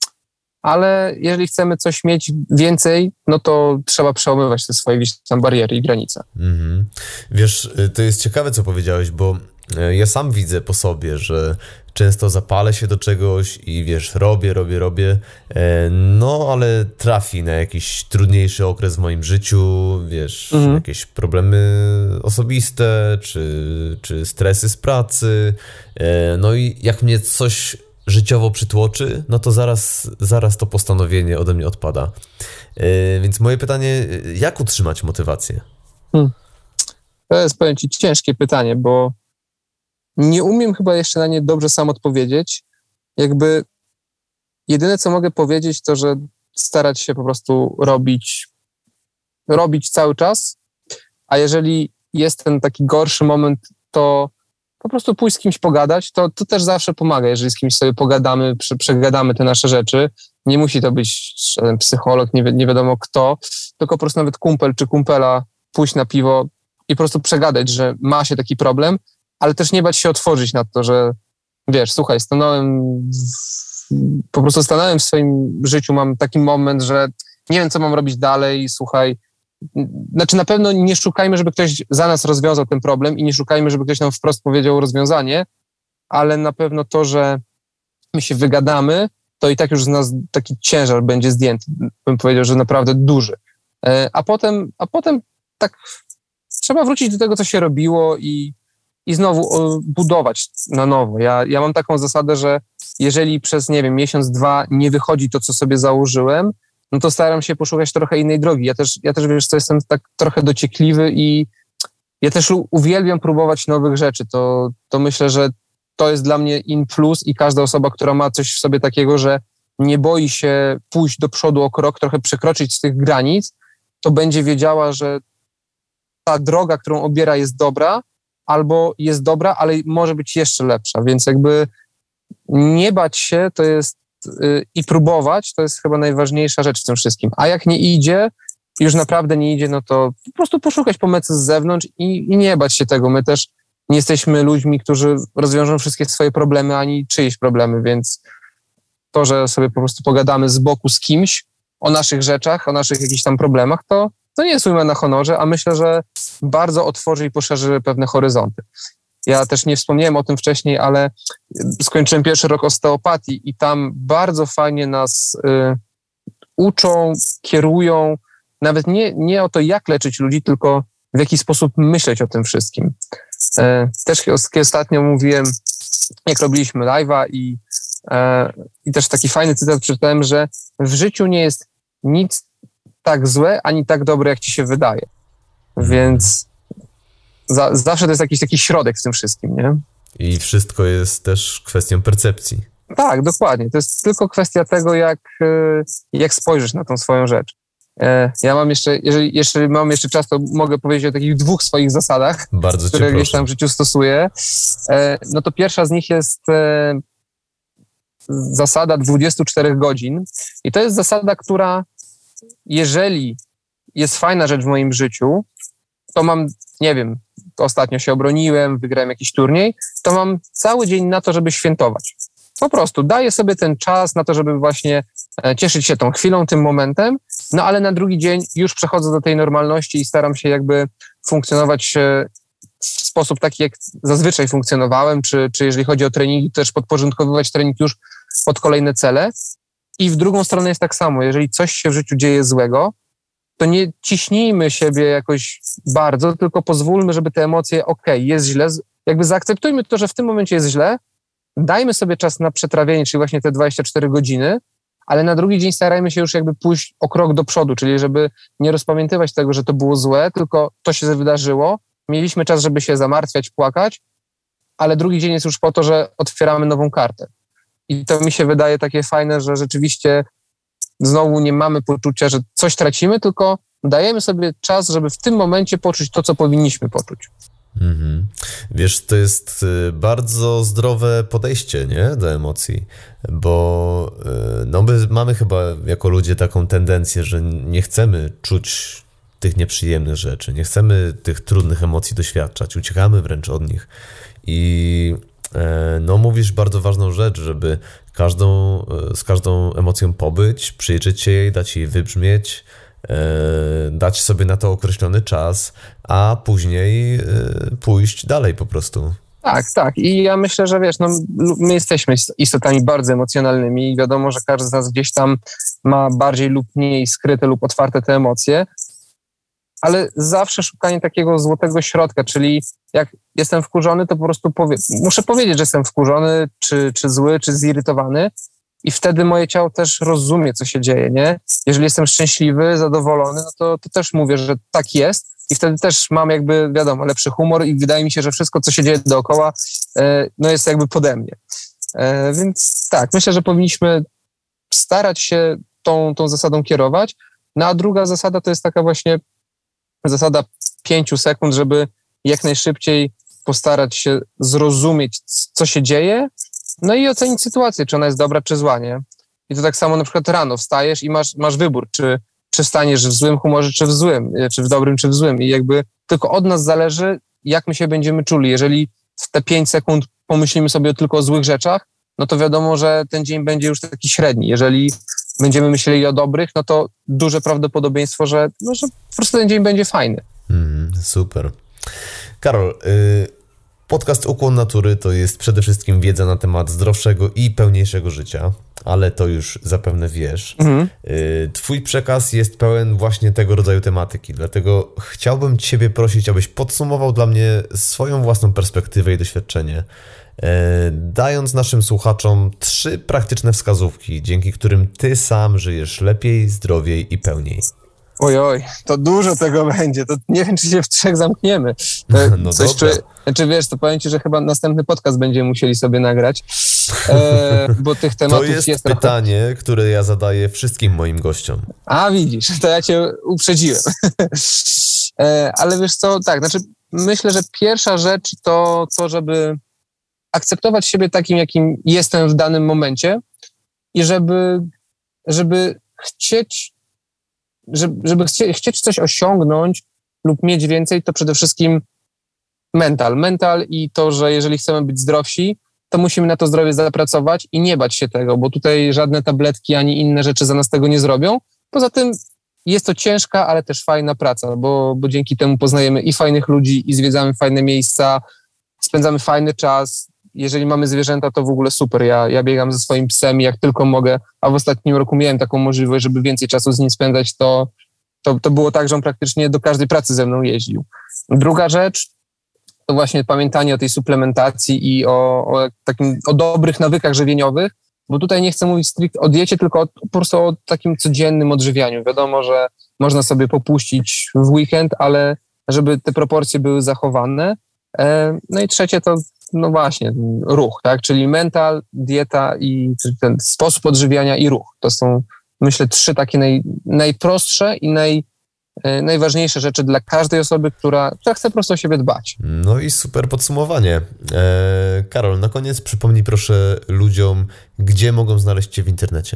ale jeżeli chcemy coś mieć więcej, no to trzeba przełamywać te swoje gdzieś tam bariery i granice. Mhm. Wiesz, to jest ciekawe, co powiedziałeś, bo ja sam widzę po sobie, że często zapalę się do czegoś i wiesz, robię, robię, robię, no ale trafi na jakiś trudniejszy okres w moim życiu, wiesz, mhm. jakieś problemy osobiste, czy, czy stresy z pracy, no i jak mnie coś życiowo przytłoczy, no to zaraz, zaraz to postanowienie ode mnie odpada. Więc moje pytanie, jak utrzymać motywację? Hmm. To jest, powiem ci, ciężkie pytanie, bo nie umiem chyba jeszcze na nie dobrze sam odpowiedzieć. Jakby jedyne, co mogę powiedzieć, to, że starać się po prostu robić, robić cały czas, a jeżeli jest ten taki gorszy moment, to po prostu pójść z kimś pogadać, to, to też zawsze pomaga, jeżeli z kimś sobie pogadamy, prze, przegadamy te nasze rzeczy. Nie musi to być żaden psycholog, nie, wi- nie wiadomo kto, tylko po prostu nawet kumpel czy kumpela pójść na piwo i po prostu przegadać, że ma się taki problem, ale też nie bać się otworzyć na to, że wiesz, słuchaj, stanąłem, w, po prostu stanąłem w swoim życiu, mam taki moment, że nie wiem, co mam robić dalej, słuchaj, znaczy na pewno nie szukajmy, żeby ktoś za nas rozwiązał ten problem i nie szukajmy, żeby ktoś nam wprost powiedział rozwiązanie, ale na pewno to, że my się wygadamy, to i tak już z nas taki ciężar będzie zdjęty, bym powiedział, że naprawdę duży. A potem, a potem tak trzeba wrócić do tego, co się robiło i i znowu budować na nowo. Ja, ja mam taką zasadę, że jeżeli przez, nie wiem, miesiąc, dwa nie wychodzi to, co sobie założyłem, no to staram się poszukać trochę innej drogi. Ja też, ja też wiesz co, jestem tak trochę dociekliwy i ja też uwielbiam próbować nowych rzeczy. To, to myślę, że to jest dla mnie in plus i każda osoba, która ma coś w sobie takiego, że nie boi się pójść do przodu o krok, trochę przekroczyć z tych granic, to będzie wiedziała, że ta droga, którą obiera, jest dobra, albo jest dobra, ale może być jeszcze lepsza, więc jakby nie bać się to jest yy, i próbować, to jest chyba najważniejsza rzecz w tym wszystkim. A jak nie idzie, już naprawdę nie idzie, no to po prostu poszukać pomocy z zewnątrz i, i nie bać się tego. My też nie jesteśmy ludźmi, którzy rozwiążą wszystkie swoje problemy, ani czyjeś problemy, więc to, że sobie po prostu pogadamy z boku z kimś o naszych rzeczach, o naszych jakichś tam problemach, to, to nie jest ujma na honorze, a myślę, że bardzo otworzy i poszerzy pewne horyzonty. Ja też nie wspomniałem o tym wcześniej, ale skończyłem pierwszy rok osteopatii i tam bardzo fajnie nas y, uczą, kierują, nawet nie, nie o to, jak leczyć ludzi, tylko w jaki sposób myśleć o tym wszystkim. E, też ostatnio mówiłem, jak robiliśmy live'a i, e, i też taki fajny cytat przeczytałem, że w życiu nie jest nic tak złe, ani tak dobre, jak ci się wydaje. Więc za, zawsze to jest jakiś taki środek w tym wszystkim, nie? I wszystko jest też kwestią percepcji. Tak, dokładnie. To jest tylko kwestia tego, jak, jak spojrzysz na tą swoją rzecz. Ja mam jeszcze, jeżeli jeszcze mam jeszcze czas, to mogę powiedzieć o takich dwóch swoich zasadach, Bardzo które cię gdzieś proszę. tam w życiu stosuję. No to pierwsza z nich jest zasada dwudziestu czterech godzin i to jest zasada, która jeżeli jest fajna rzecz w moim życiu, to mam, nie wiem, ostatnio się obroniłem, wygrałem jakiś turniej, to mam cały dzień na to, żeby świętować. Po prostu daję sobie ten czas na to, żeby właśnie cieszyć się tą chwilą, tym momentem, no ale na drugi dzień już przechodzę do tej normalności i staram się jakby funkcjonować w sposób taki, jak zazwyczaj funkcjonowałem, czy, czy jeżeli chodzi o treningi, też podporządkowywać trening już pod kolejne cele. I w drugą stronę jest tak samo, jeżeli coś się w życiu dzieje złego, to nie ciśnijmy siebie jakoś bardzo, tylko pozwólmy, żeby te emocje, okej, okay, jest źle, jakby zaakceptujmy to, że w tym momencie jest źle, dajmy sobie czas na przetrawienie, czyli właśnie te dwadzieścia cztery godziny, ale na drugi dzień starajmy się już jakby pójść o krok do przodu, czyli żeby nie rozpamiętywać tego, że to było złe, tylko to się wydarzyło, mieliśmy czas, żeby się zamartwiać, płakać, ale drugi dzień jest już po to, że otwieramy nową kartę. I to mi się wydaje takie fajne, że rzeczywiście znowu nie mamy poczucia, że coś tracimy, tylko dajemy sobie czas, żeby w tym momencie poczuć to, co powinniśmy poczuć. Mhm. Wiesz, to jest bardzo zdrowe podejście, nie, do emocji, bo no my mamy chyba jako ludzie taką tendencję, że nie chcemy czuć tych nieprzyjemnych rzeczy, nie chcemy tych trudnych emocji doświadczać, uciekamy wręcz od nich i no mówisz bardzo ważną rzecz, żeby każdą, z każdą emocją pobyć, przyjrzeć się jej, dać jej wybrzmieć, dać sobie na to określony czas, a później pójść dalej po prostu. Tak, tak. I ja myślę, że wiesz, no, my jesteśmy istotami bardzo emocjonalnymi i wiadomo, że każdy z nas gdzieś tam ma bardziej lub mniej skryte lub otwarte te emocje, ale zawsze szukanie takiego złotego środka, czyli jak jestem wkurzony, to po prostu powie- muszę powiedzieć, że jestem wkurzony, czy, czy zły, czy zirytowany i wtedy moje ciało też rozumie, co się dzieje, nie? Jeżeli jestem szczęśliwy, zadowolony, no to, to też mówię, że tak jest i wtedy też mam jakby, wiadomo, lepszy humor i wydaje mi się, że wszystko, co się dzieje dookoła, e, no jest jakby pode mnie. E, więc tak, myślę, że powinniśmy starać się tą, tą zasadą kierować. No a druga zasada to jest taka właśnie zasada pięciu sekund, żeby jak najszybciej postarać się zrozumieć, co się dzieje, no i ocenić sytuację, czy ona jest dobra, czy zła, nie? I to tak samo na przykład rano wstajesz i masz, masz wybór, czy, czy wstaniesz w złym humorze, czy w złym, czy w dobrym, czy w złym. I jakby tylko od nas zależy, jak my się będziemy czuli. Jeżeli w te pięć sekund pomyślimy sobie tylko o złych rzeczach, no to wiadomo, że ten dzień będzie już taki średni. Jeżeli będziemy myśleli o dobrych, no to duże prawdopodobieństwo, że, no, że po prostu ten dzień będzie fajny. Mm, super. Karol, y, podcast Ukłon Natury to jest przede wszystkim wiedza na temat zdrowszego i pełniejszego życia, ale to już zapewne wiesz. Mhm. Y, twój przekaz jest pełen właśnie tego rodzaju tematyki, dlatego chciałbym Ciebie prosić, abyś podsumował dla mnie swoją własną perspektywę i doświadczenie, y, dając naszym słuchaczom trzy praktyczne wskazówki, dzięki którym Ty sam żyjesz lepiej, zdrowiej i pełniej. Oj, oj, to dużo tego będzie, to nie wiem, czy się w trzech zamkniemy. No Coś, dobra. czy, czy wiesz, to powiem Ci, że chyba następny podcast będziemy musieli sobie nagrać, e, bo tych tematów To jest, jest pytanie, trochę... które ja zadaję wszystkim moim gościom. A widzisz, to ja Cię uprzedziłem. e, ale wiesz co, tak, znaczy myślę, że pierwsza rzecz to to, żeby akceptować siebie takim, jakim jestem w danym momencie i żeby, żeby chcieć żeby chcie, chcieć coś osiągnąć lub mieć więcej, to przede wszystkim mental. Mental i to, że jeżeli chcemy być zdrowsi, to musimy na to zdrowie zapracować i nie bać się tego, bo tutaj żadne tabletki ani inne rzeczy za nas tego nie zrobią. Poza tym jest to ciężka, ale też fajna praca, bo, bo dzięki temu poznajemy i fajnych ludzi, i zwiedzamy fajne miejsca, spędzamy fajny czas. Jeżeli mamy zwierzęta, to w ogóle super. Ja, ja biegam ze swoim psem jak tylko mogę, a w ostatnim roku miałem taką możliwość, żeby więcej czasu z nim spędzać, to, to, to było tak, że on praktycznie do każdej pracy ze mną jeździł. Druga rzecz to właśnie pamiętanie o tej suplementacji i o, o, takim, o dobrych nawykach żywieniowych, bo tutaj nie chcę mówić stricte o diecie, tylko o, po prostu o takim codziennym odżywianiu. Wiadomo, że można sobie popuścić w weekend, ale żeby te proporcje były zachowane. No i trzecie to, no właśnie, ruch, tak? Czyli mental, dieta i ten sposób odżywiania i ruch. To są, myślę, trzy takie naj, najprostsze i naj, najważniejsze rzeczy dla każdej osoby, która, która chce po prostu o siebie dbać. No i super podsumowanie. Eee, Karol, na koniec przypomnij proszę ludziom, gdzie mogą znaleźć Cię w internecie.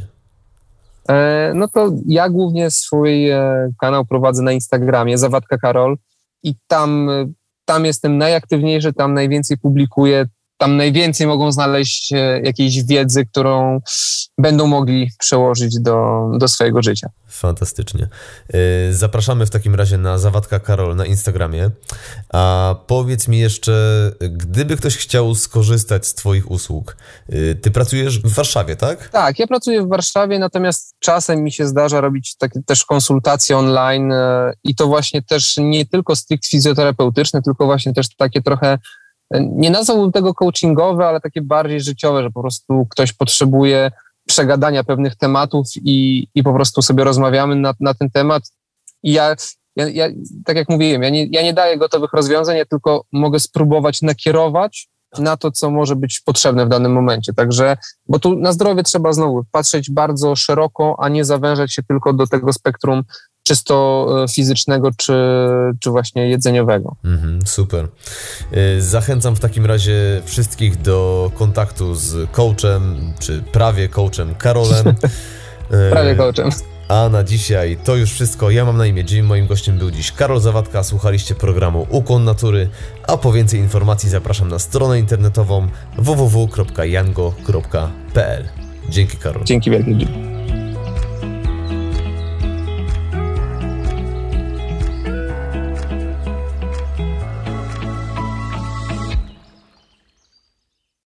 E, no to ja głównie swój e, kanał prowadzę na Instagramie, Zawadka Karol, i tam, tam jestem najaktywniejszy, tam najwięcej publikuję, tam najwięcej mogą znaleźć e, jakiejś wiedzy, którą będą mogli przełożyć do, do swojego życia. Fantastycznie. Zapraszamy w takim razie na Zawadka Karol na Instagramie. A powiedz mi jeszcze, gdyby ktoś chciał skorzystać z Twoich usług, Ty pracujesz w Warszawie, tak? Tak, ja pracuję w Warszawie, natomiast czasem mi się zdarza robić takie też konsultacje online i to właśnie też nie tylko stricte fizjoterapeutyczne, tylko właśnie też takie trochę, nie nazwałbym tego coachingowe, ale takie bardziej życiowe, że po prostu ktoś potrzebuje przegadania pewnych tematów i, i po prostu sobie rozmawiamy na, na ten temat. I ja, ja, ja, tak jak mówiłem, ja nie, ja nie daję gotowych rozwiązań, ja tylko mogę spróbować nakierować na to, co może być potrzebne w danym momencie. Także, bo tu na zdrowie trzeba znowu patrzeć bardzo szeroko, a nie zawężać się tylko do tego spektrum czysto fizycznego czy, czy właśnie jedzeniowego. Mm-hmm, super. Zachęcam w takim razie wszystkich do kontaktu z coachem, czy prawie coachem Karolem. Prawie coachem. A na dzisiaj to już wszystko. Ja mam na imię Jim, moim gościem był dziś Karol Zawadka, słuchaliście programu Ukłon Natury, a po więcej informacji zapraszam na stronę internetową w w w kropka jango kropka p l. Dzięki, Karol. Dzięki wielkie, Jim.